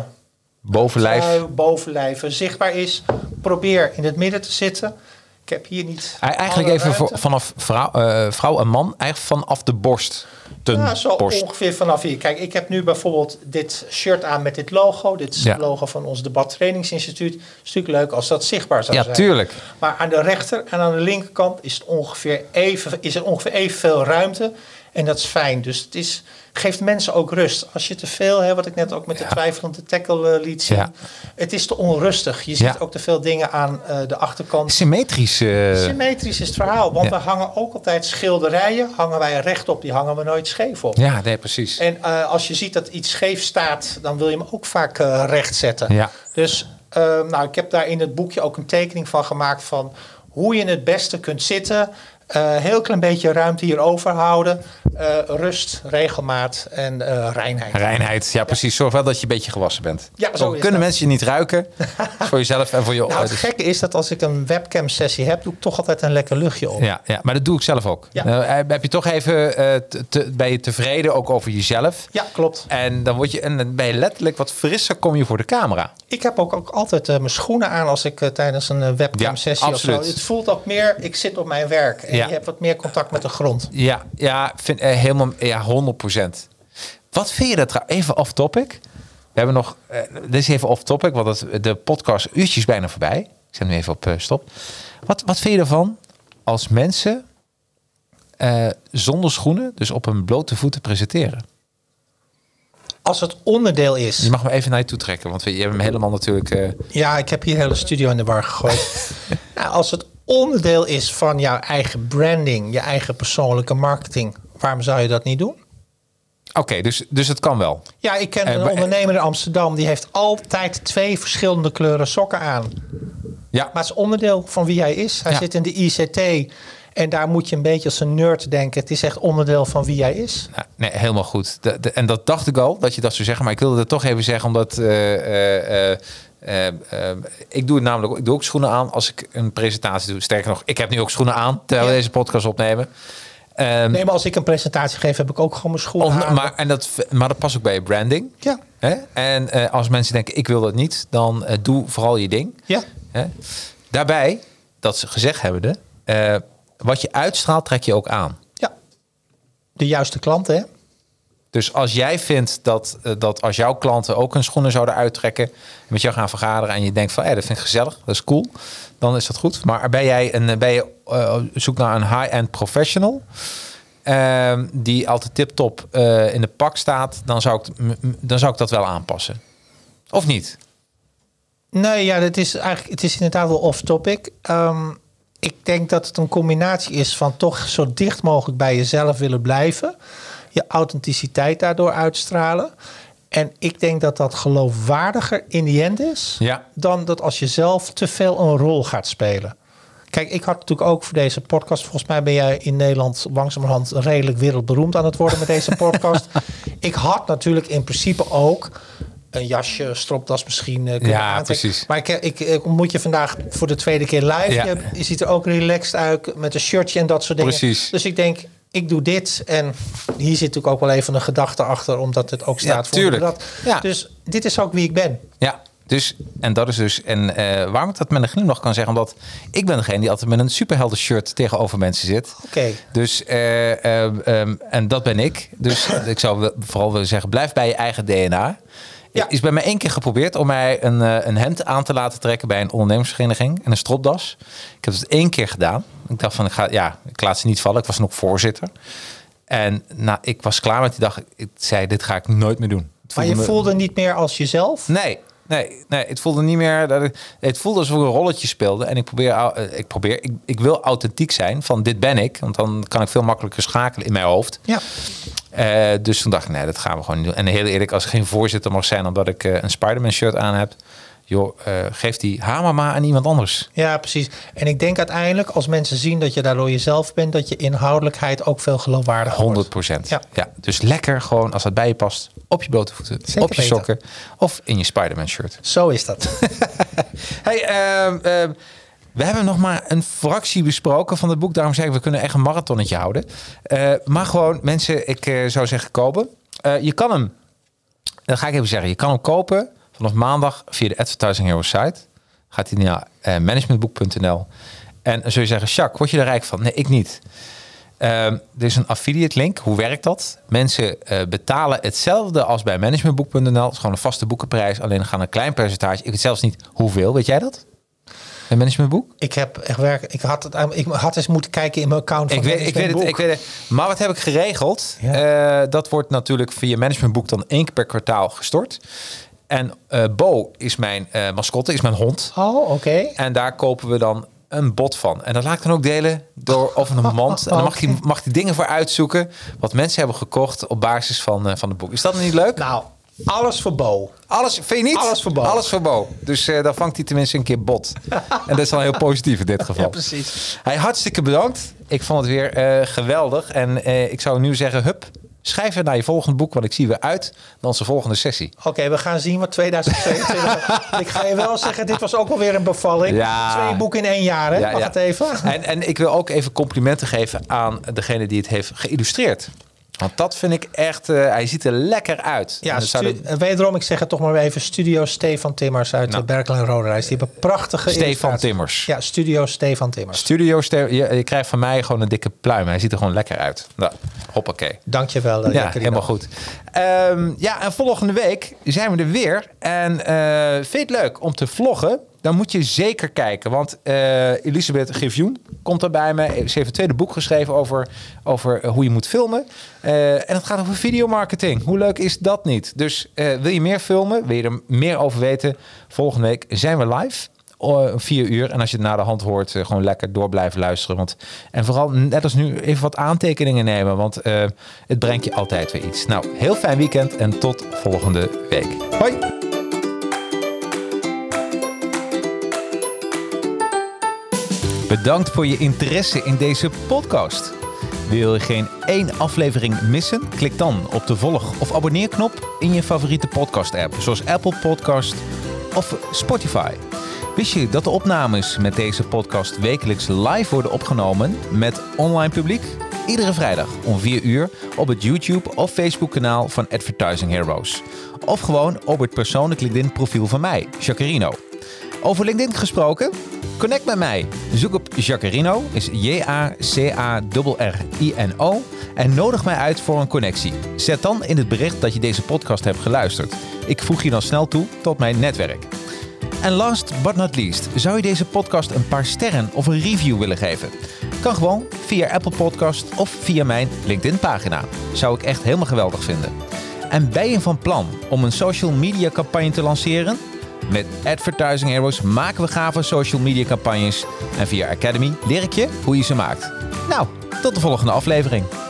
bovenlijf zichtbaar is. Probeer in het midden te zitten. Ik heb hier niet... Eigenlijk even vanaf vrouw en man, eigenlijk vanaf de borst. Ongeveer vanaf hier. Kijk, ik heb nu bijvoorbeeld dit shirt aan met dit logo. Dit is het logo van ons debattrainingsinstituut. Het is natuurlijk leuk als dat zichtbaar zou zijn. Ja, tuurlijk. Maar aan de rechter en aan de linkerkant is er ongeveer evenveel ruimte. En dat is fijn. Dus het geeft mensen ook rust. Als je te veel, wat ik net ook met de twijfelende tackle liet zien. Ja. Het is te onrustig. Je ziet ook te veel dingen aan de achterkant. Symmetrisch. Symmetrisch is het verhaal. Want we hangen ook altijd schilderijen. Hangen wij rechtop. Die hangen we nooit scheef op. Ja, nee, precies. En als je ziet dat iets scheef staat. Dan wil je hem ook vaak recht zetten. Ja. Dus ik heb daar in het boekje ook een tekening van gemaakt. Van hoe je het beste kunt zitten. Heel klein beetje ruimte hier overhouden. Rust, regelmaat en reinheid. Reinheid, ja precies. Zorg wel dat je een beetje gewassen bent. Ja, zo kunnen mensen je niet ruiken. Voor jezelf en voor je... Nou, het gekke is dat als ik een webcam sessie heb... doe ik toch altijd een lekker luchtje op. Ja, maar dat doe ik zelf ook. Ja. Heb je toch even... ben je tevreden ook over jezelf? Ja, klopt. En dan ben je letterlijk wat frisser, kom je voor de camera. Ik heb ook altijd mijn schoenen aan als ik tijdens een webcam sessie of zo. Het voelt ook meer, ik zit op mijn werk. En je hebt wat meer contact met de grond. Ja, vind helemaal 100%. Wat vind je dat even off topic? We hebben nog, dit is even off topic, want de podcast uurtjes is bijna voorbij. Ik zet nu even op stop. Wat vind je ervan als mensen zonder schoenen, dus op hun blote voeten presenteren? Als het onderdeel is... Je mag me even naar je toe trekken, want je hebt hem helemaal natuurlijk... Ja, ik heb hier de hele studio in de war gegooid. Als het onderdeel is van jouw eigen branding, je eigen persoonlijke marketing, waarom zou je dat niet doen? Oké, dus het kan wel. Ja, ik ken een ondernemer in Amsterdam, die heeft altijd 2 verschillende kleuren sokken aan. Ja. Maar het is onderdeel van wie hij is. Hij zit in de ICT en daar moet je een beetje als een nerd denken. Het is echt onderdeel van wie hij is. Ja, nee, helemaal goed. En dat dacht ik al, dat je dat zou zeggen. Maar ik wilde het toch even zeggen, omdat... ik doe het namelijk, ik doe ook schoenen aan als ik een presentatie doe. Sterker nog, ik heb nu ook schoenen aan terwijl we deze podcast opnemen. Nee, maar als ik een presentatie geef, heb ik ook gewoon mijn schoenen aan. Maar dat past ook bij je branding. Ja. Hè? En als mensen denken, ik wil dat niet, dan doe vooral je ding. Ja. Hè? Daarbij, dat ze gezegd hebben, wat je uitstraalt, trek je ook aan. Ja. De juiste klanten, hè? Dus als jij vindt dat als jouw klanten ook hun schoenen zouden uittrekken, met jou gaan vergaderen en je denkt van, dat vind ik gezellig, dat is cool, dan is dat goed. Maar ben je zoek naar een high-end professional die altijd tip-top in de pak staat, dan zou ik dat wel aanpassen. Of niet? Nee, ja, het is inderdaad wel off-topic. Ik denk dat het een combinatie is van toch zo dicht mogelijk bij jezelf willen blijven. Je authenticiteit daardoor uitstralen. En ik denk dat dat geloofwaardiger in the end is... dan dat als je zelf te veel een rol gaat spelen. Kijk, ik had natuurlijk ook voor deze podcast... volgens mij ben jij in Nederland langzamerhand redelijk wereldberoemd aan het worden met deze podcast. Ik had natuurlijk in principe ook een jasje, stropdas misschien kunnen aantrekken. Precies. Maar ik ontmoet je vandaag voor de tweede keer live. Ja. Je ziet er ook relaxed uit met een shirtje en dat soort dingen. Precies. Dus ik denk... Ik doe dit en hier zit natuurlijk ook wel even een gedachte achter, omdat het ook staat voor dat. Ja. Dus dit is ook wie ik ben. Ja, en dat is dus. En waarom ik dat met een glimlach kan zeggen, omdat ik ben degene die altijd met een superhelder shirt tegenover mensen zit. Oké. Dus en dat ben ik. Dus ik zou vooral willen zeggen, blijf bij je eigen DNA. Ja. Is bij mij 1 keer geprobeerd om mij een hemd aan te laten trekken bij een ondernemersvereniging en een stropdas. Ik heb het 1 keer gedaan. Ik dacht van, ik laat ze niet vallen. Ik was nog voorzitter. En ik was klaar met die dag. Ik zei, dit ga ik nooit meer doen. Maar je voelde niet meer als jezelf? Nee, het voelde niet meer. Het voelde alsof ik een rolletje speelde. En ik wil authentiek zijn van dit ben ik. Want dan kan ik veel makkelijker schakelen in mijn hoofd. Ja. Dus toen dacht ik, nee, dat gaan we gewoon niet doen. En heel eerlijk, als ik geen voorzitter mag zijn omdat ik een Spider-Man shirt aan heb, geef die hamer maar aan iemand anders. Ja, precies. En ik denk uiteindelijk, als mensen zien dat je daardoor jezelf bent, dat je inhoudelijkheid ook veel geloofwaardiger wordt. 100%. Ja. Dus lekker gewoon, als dat bij je past, op je blote voeten, zeker op je sokken of in je Spider-Man shirt. Zo is dat. Hey, we hebben nog maar een fractie besproken van het boek. Daarom zeg ik, we kunnen echt een marathonnetje houden. Maar gewoon, mensen, ik zou zeggen kopen. Je kan hem, dat ga ik even zeggen, je kan hem kopen vanaf maandag via de Advertising Heroes site. Gaat hij naar managementboek.nl. En dan zul je zeggen, Jacques, word je er rijk van? Nee, ik niet. Er is een affiliate link. Hoe werkt dat? Mensen betalen hetzelfde als bij managementboek.nl. Het is gewoon een vaste boekenprijs. Alleen gaan een klein percentage. Ik weet zelfs niet hoeveel. Weet jij dat? Een managementboek? Ik had eens moeten kijken in mijn account van ik weet het. Maar wat heb ik geregeld? Ja. Dat wordt natuurlijk via managementboek dan 1 keer per kwartaal gestort. En Bo is mijn mascotte, is mijn hond. Oh, oké. En daar kopen we dan een bot van. En dat laat ik dan ook delen over een mand. En dan mag hij dingen voor uitzoeken wat mensen hebben gekocht op basis van het boek. Is dat niet leuk? Nou, alles voor Bo. Alles, vind je niet? Alles voor Bo. Alles voor Bo. Dus dan vangt hij tenminste een keer bot. En dat is dan heel positief in dit geval. Ja, precies. Hartstikke bedankt. Ik vond het weer geweldig. En ik zou nu zeggen, hup, schrijf naar je volgende boek, want ik zie weer uit naar onze volgende sessie. Oké, we gaan zien wat 2022... Ik ga je wel zeggen, dit was ook alweer een bevalling. Ja. 2 boeken in 1 jaar, hè? Mag het even? En ik wil ook even complimenten geven aan degene die het heeft geïllustreerd. Want dat vind ik echt... hij ziet er lekker uit. Ja, wederom, ik zeg het toch maar even. Studio Stefan Timmers uit Berkel en Roderijs. Die hebben prachtige Stefan Timmers. Ja, Studio Stefan Timmers. Je krijgt van mij gewoon een dikke pluim. Hij ziet er gewoon lekker uit. Nou, hoppakee. Dankjewel. Ja, helemaal goed. En volgende week zijn we er weer. En vind je het leuk om te vloggen? Dan moet je zeker kijken. Want Elisabeth Givioen komt er bij me. Ze heeft een tweede boek geschreven over hoe je moet filmen. En het gaat over videomarketing. Hoe leuk is dat niet? Dus wil je meer filmen? Wil je er meer over weten? Volgende week zijn we live. 4 uur. En als je het na de hand hoort, gewoon lekker door blijven luisteren. En vooral net als nu even wat aantekeningen nemen. Want het brengt je altijd weer iets. Nou, heel fijn weekend en tot volgende week. Hoi! Bedankt voor je interesse in deze podcast. Wil je geen 1 aflevering missen? Klik dan op de volg- of abonneerknop in je favoriete podcast-app, zoals Apple Podcast of Spotify. Wist je dat de opnames met deze podcast wekelijks live worden opgenomen met online publiek? Iedere vrijdag om 4 uur op het YouTube of Facebook kanaal van Advertising Heroes. Of gewoon op het persoonlijk LinkedIn profiel van mij, Jacarino. Over LinkedIn gesproken? Connect met mij. Zoek op Jacarino, is Jacarino. En nodig mij uit voor een connectie. Zet dan in het bericht dat je deze podcast hebt geluisterd. Ik voeg je dan snel toe tot mijn netwerk. En last but not least, zou je deze podcast een paar sterren of een review willen geven? Kan gewoon via Apple Podcast of via mijn LinkedIn pagina. Zou ik echt helemaal geweldig vinden. En ben je van plan om een social media campagne te lanceren? Met Advertising Heroes maken we gave social media campagnes. En via Academy leer ik je hoe je ze maakt. Nou, tot de volgende aflevering.